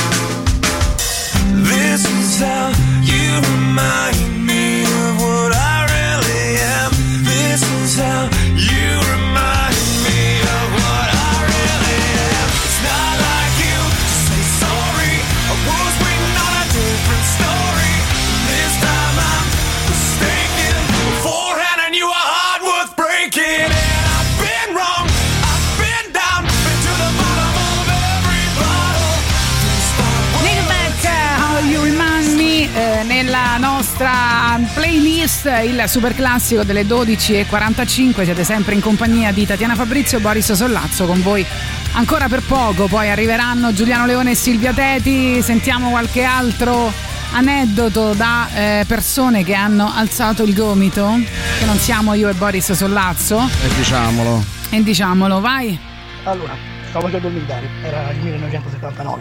This is how you remind me of what I really am. This is how you remind me of what I really am. It's not like you to say sorry. I was waiting on a different story. This time I'm mistaken for handing you a heart worth breaking. And I've been wrong, I've been down, been to the bottom of every bottle. Nickelback, How You Remind Me, nella nostra playlist, il super classico delle 12:45. Siete sempre in compagnia di Tatiana Fabrizio, Boris Sollazzo con voi ancora per poco, poi arriveranno Giuliano Leone e Silvia Teti. Sentiamo qualche altro aneddoto da persone che hanno alzato il gomito, che non siamo io e Boris Sollazzo. E diciamolo, vai. Allora, stavo facendo il militare, era il 1979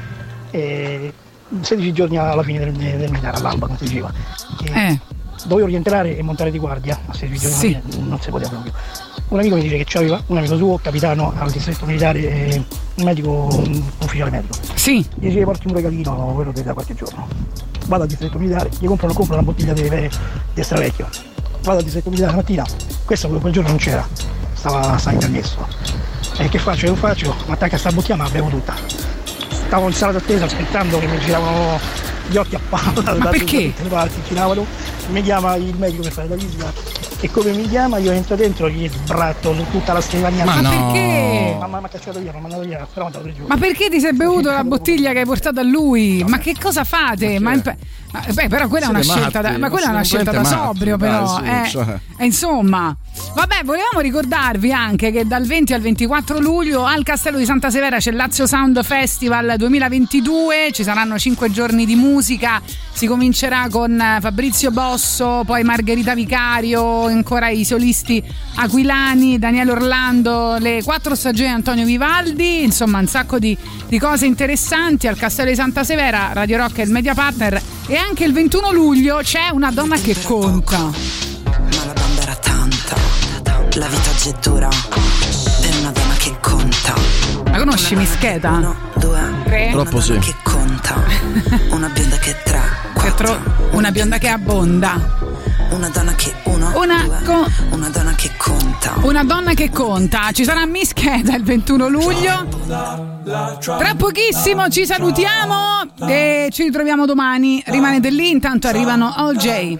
e 16 giorni alla fine del militare, all'alba come si diceva. Dovevo rientrare e montare di guardia a 16 giorni, non si poteva proprio. Un amico mi dice che c'aveva un amico suo, capitano al distretto militare, un medico, un ufficiale medico. Sì. Gli dice porti un regalino, quello da qualche giorno. Vado al distretto militare, gli compro una bottiglia di extravecchio. Vado al distretto militare la mattina, questo quel giorno non c'era, stava intermesso. E che faccio? Non faccio, mi attacca sta bottiglia ma la bevo tutta. Stavo in sala d'attesa aspettando che mi giravano gli occhi a palla. Ma perché? Da tutte le parti, giravano, mi chiama il medico per fare la visita e come mi chiama io entro dentro e gli sbratto su tutta la scrivania. Ma no. Perché? Ma mi ha cacciato via, mi ha mandato via, però mi ha dato 3 giorni. Ma perché ti sei bevuto la bottiglia che hai portato a lui? No. Ma che cosa fate? Però quella è una scelta ma quella è una scelta da sobrio, però. Insomma. Vabbè, volevamo ricordarvi anche che dal 20 al 24 luglio al Castello di Santa Severa c'è il Lazio Sound Festival 2022, ci saranno 5 giorni di musica, si comincerà con Fabrizio Bosso, poi Margherita Vicario, ancora i solisti aquilani, Daniele Orlando, le 4 stagioni di Antonio Vivaldi, insomma un sacco di cose interessanti al Castello di Santa Severa. Radio Rock è il media partner e anche il 21 luglio c'è Una donna che conta. Ma la banda era tanta, La vita oggi è dura per una donna che conta. La conosci Mischeta? 1, 2, 3. Troppo sì. Che conta. Una bionda che 3, 4. Una bionda che abbonda. Una donna che 1, 2. Una donna che conta. Una donna che conta. Ci sarà Mischeta il 21 luglio. Tra pochissimo ci salutiamo e ci ritroviamo domani. Rimanete lì, intanto arrivano All J.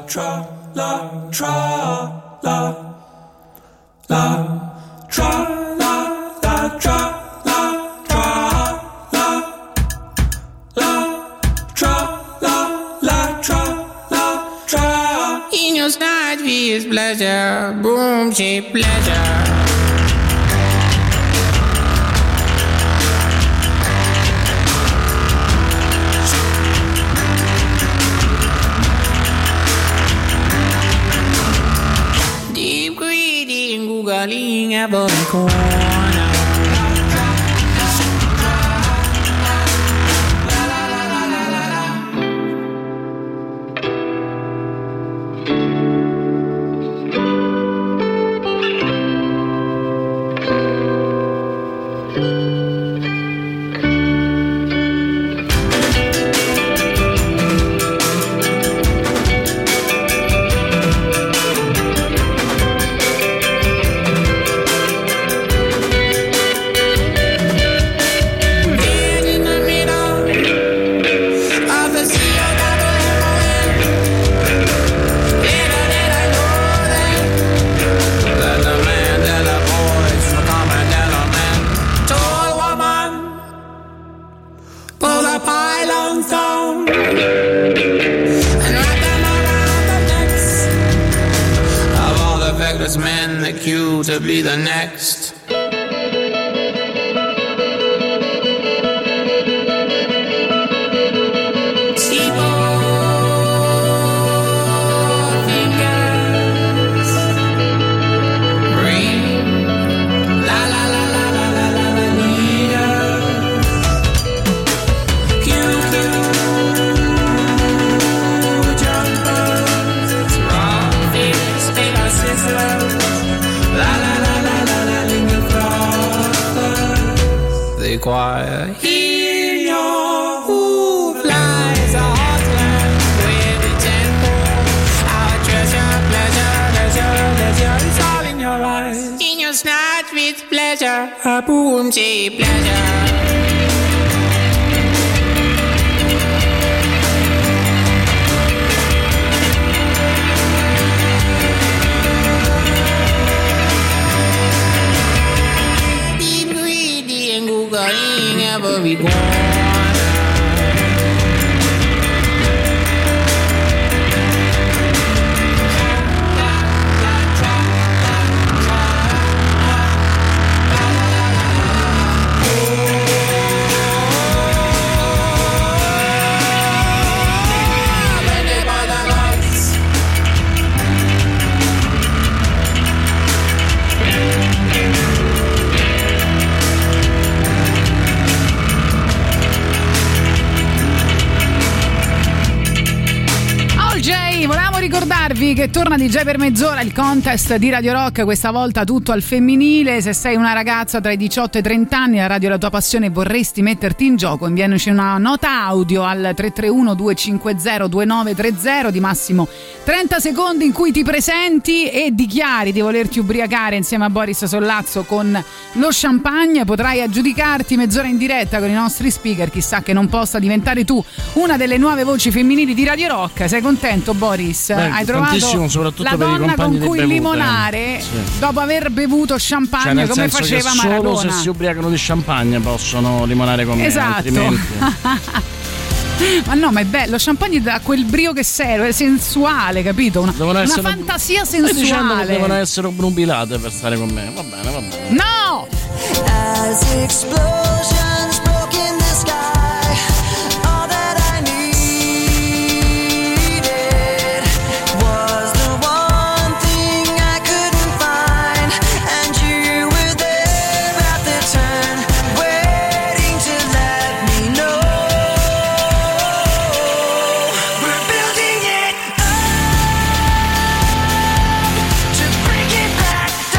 In your snide is pleasure, boom, she pleasure. Deep greedy and googling every corner. Men the queue to be the next. Choir. In your hoof lies a heartland with a tempo. Our treasure, pleasure is all in your eyes. In your snatch with pleasure, a boom, she pleasure. Every corner. Ricordarvi che torna DJ per mezz'ora il contest di Radio Rock, questa volta tutto al femminile. Se sei una ragazza tra i 18 e i 30 anni, la radio è la tua passione e vorresti metterti in gioco, inviaci una nota audio al 331 250 2930 di massimo 30 secondi in cui ti presenti e dichiari di volerti ubriacare insieme a Boris Sollazzo con lo champagne. Potrai aggiudicarti mezz'ora in diretta con i nostri speaker, chissà che non possa diventare tu una delle nuove voci femminili di Radio Rock. Sei contento, Boris? Hai trovato la donna con cui limonare dopo aver bevuto champagne, come faceva Maradona. Solo se si ubriacano di champagne possono limonare con me, esatto. Altrimenti ma no, ma è bello, lo champagne dà quel brio che serve, è sensuale, capito? Una fantasia sensuale. Stai dicendo che devono essere obnubilate per stare con me. Va bene, va bene. No! As explosions broke in the sky, all that I needed was the one thing I couldn't find, and you were there at the turn, waiting to let me know. We're building it up to bring it back.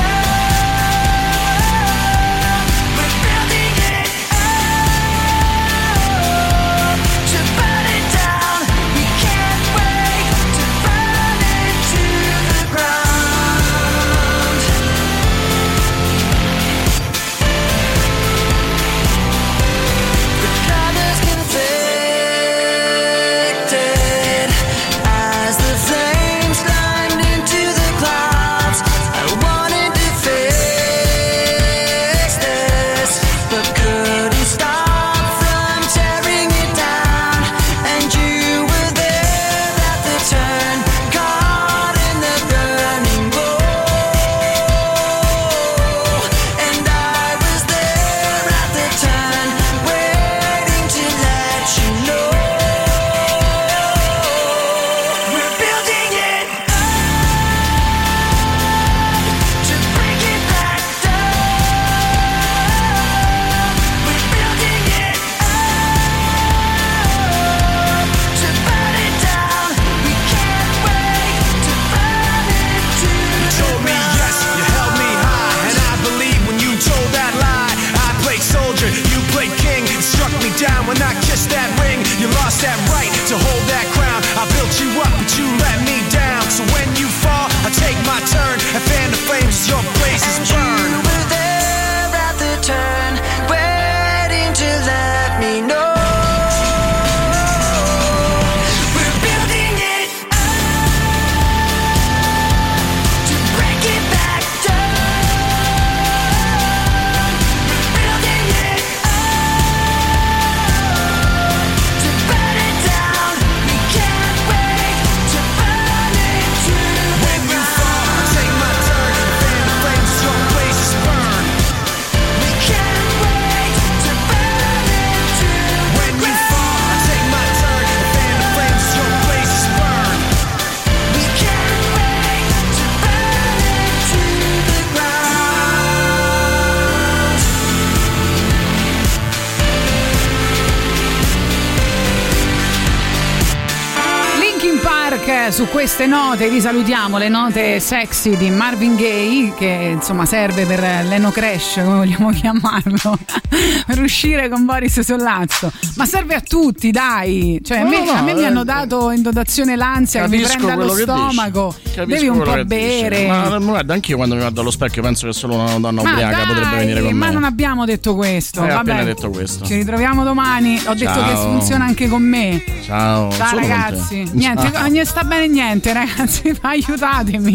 su queste note vi salutiamo, le note sexy di Marvin Gaye, che insomma serve per l'Eno Crash, come vogliamo chiamarlo, per uscire con Boris Sollazzo, ma serve a tutti, dai, cioè a me mi hanno dato in dotazione l'ansia che mi prenda lo stomaco, devi un po' bere. Ma guarda, anche io quando mi guardo allo specchio penso che solo una donna ubriaca potrebbe venire con me. Ma non abbiamo detto questo. Vabbè, appena detto questo. Ci ritroviamo domani. Ho detto che funziona anche con me. Ciao ragazzi. Niente, non gli sta bene niente, ragazzi, aiutatemi.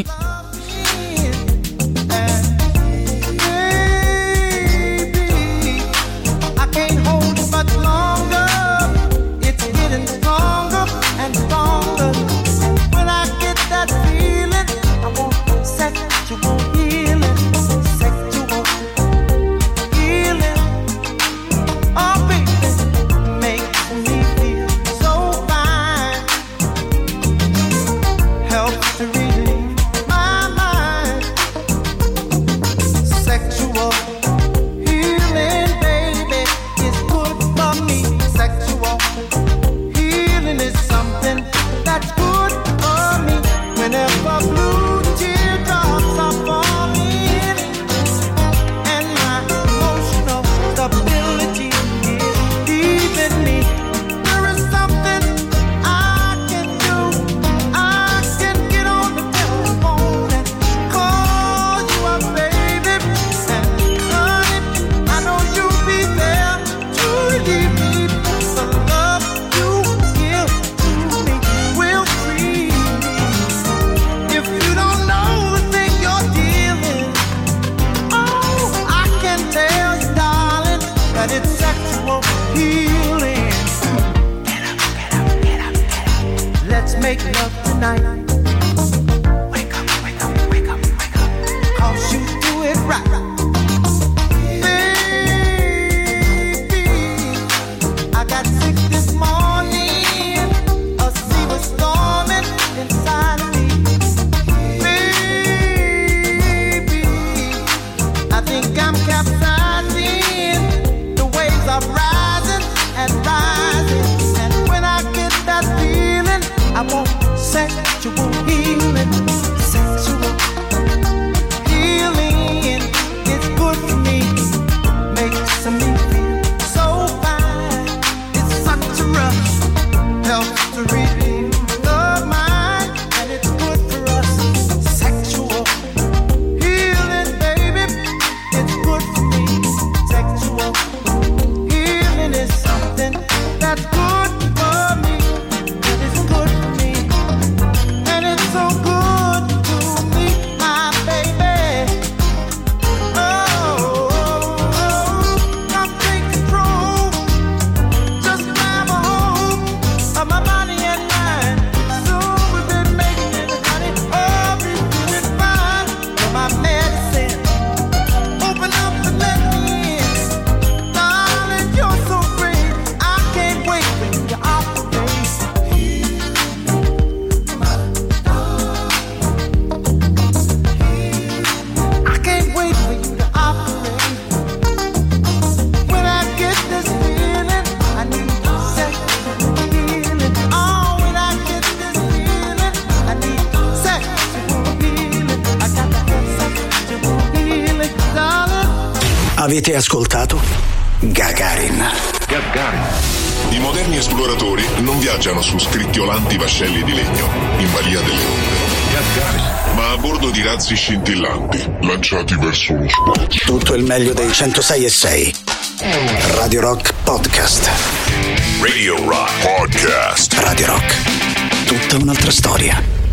Make love tonight. Wake up, wake up, wake up, wake up. 'Cause you do it right. Baby, I got sick this morning. A sea was storming inside of me. Baby, I think I'm capsizing. The waves are rising and rising. And when I get that feeling, I want sexual healing, sexual healing. It's good for me, makes me feel so fine. It's such a rush, helps to relieve the mind, and it's good for us. Sexual healing, baby, it's good for me. Sexual healing is something that's good for me. It's good for me. And it's so good to me, my baby. Oh, come take control. Just grab a hold of my body and mind. Soon we've been making it, honey. Oh, we feeling fine. You're my medicine. Open up and let me in. Darling, you're so great. I can't wait for you to operate. I can't wait for you to operate. When I get this feeling, I need sexual healing. Oh, when I get this feeling, I need sexual healing. I got to get sexual healing, darling. Avete ascoltato Gagarin. I moderni esploratori non viaggiano su scricchiolanti vascelli di legno in balia delle onde, ma a bordo di razzi scintillanti lanciati verso lo spazio. Tutto il meglio dei 106.6. Radio Rock Podcast. Radio Rock Podcast. Radio Rock. Tutta un'altra storia.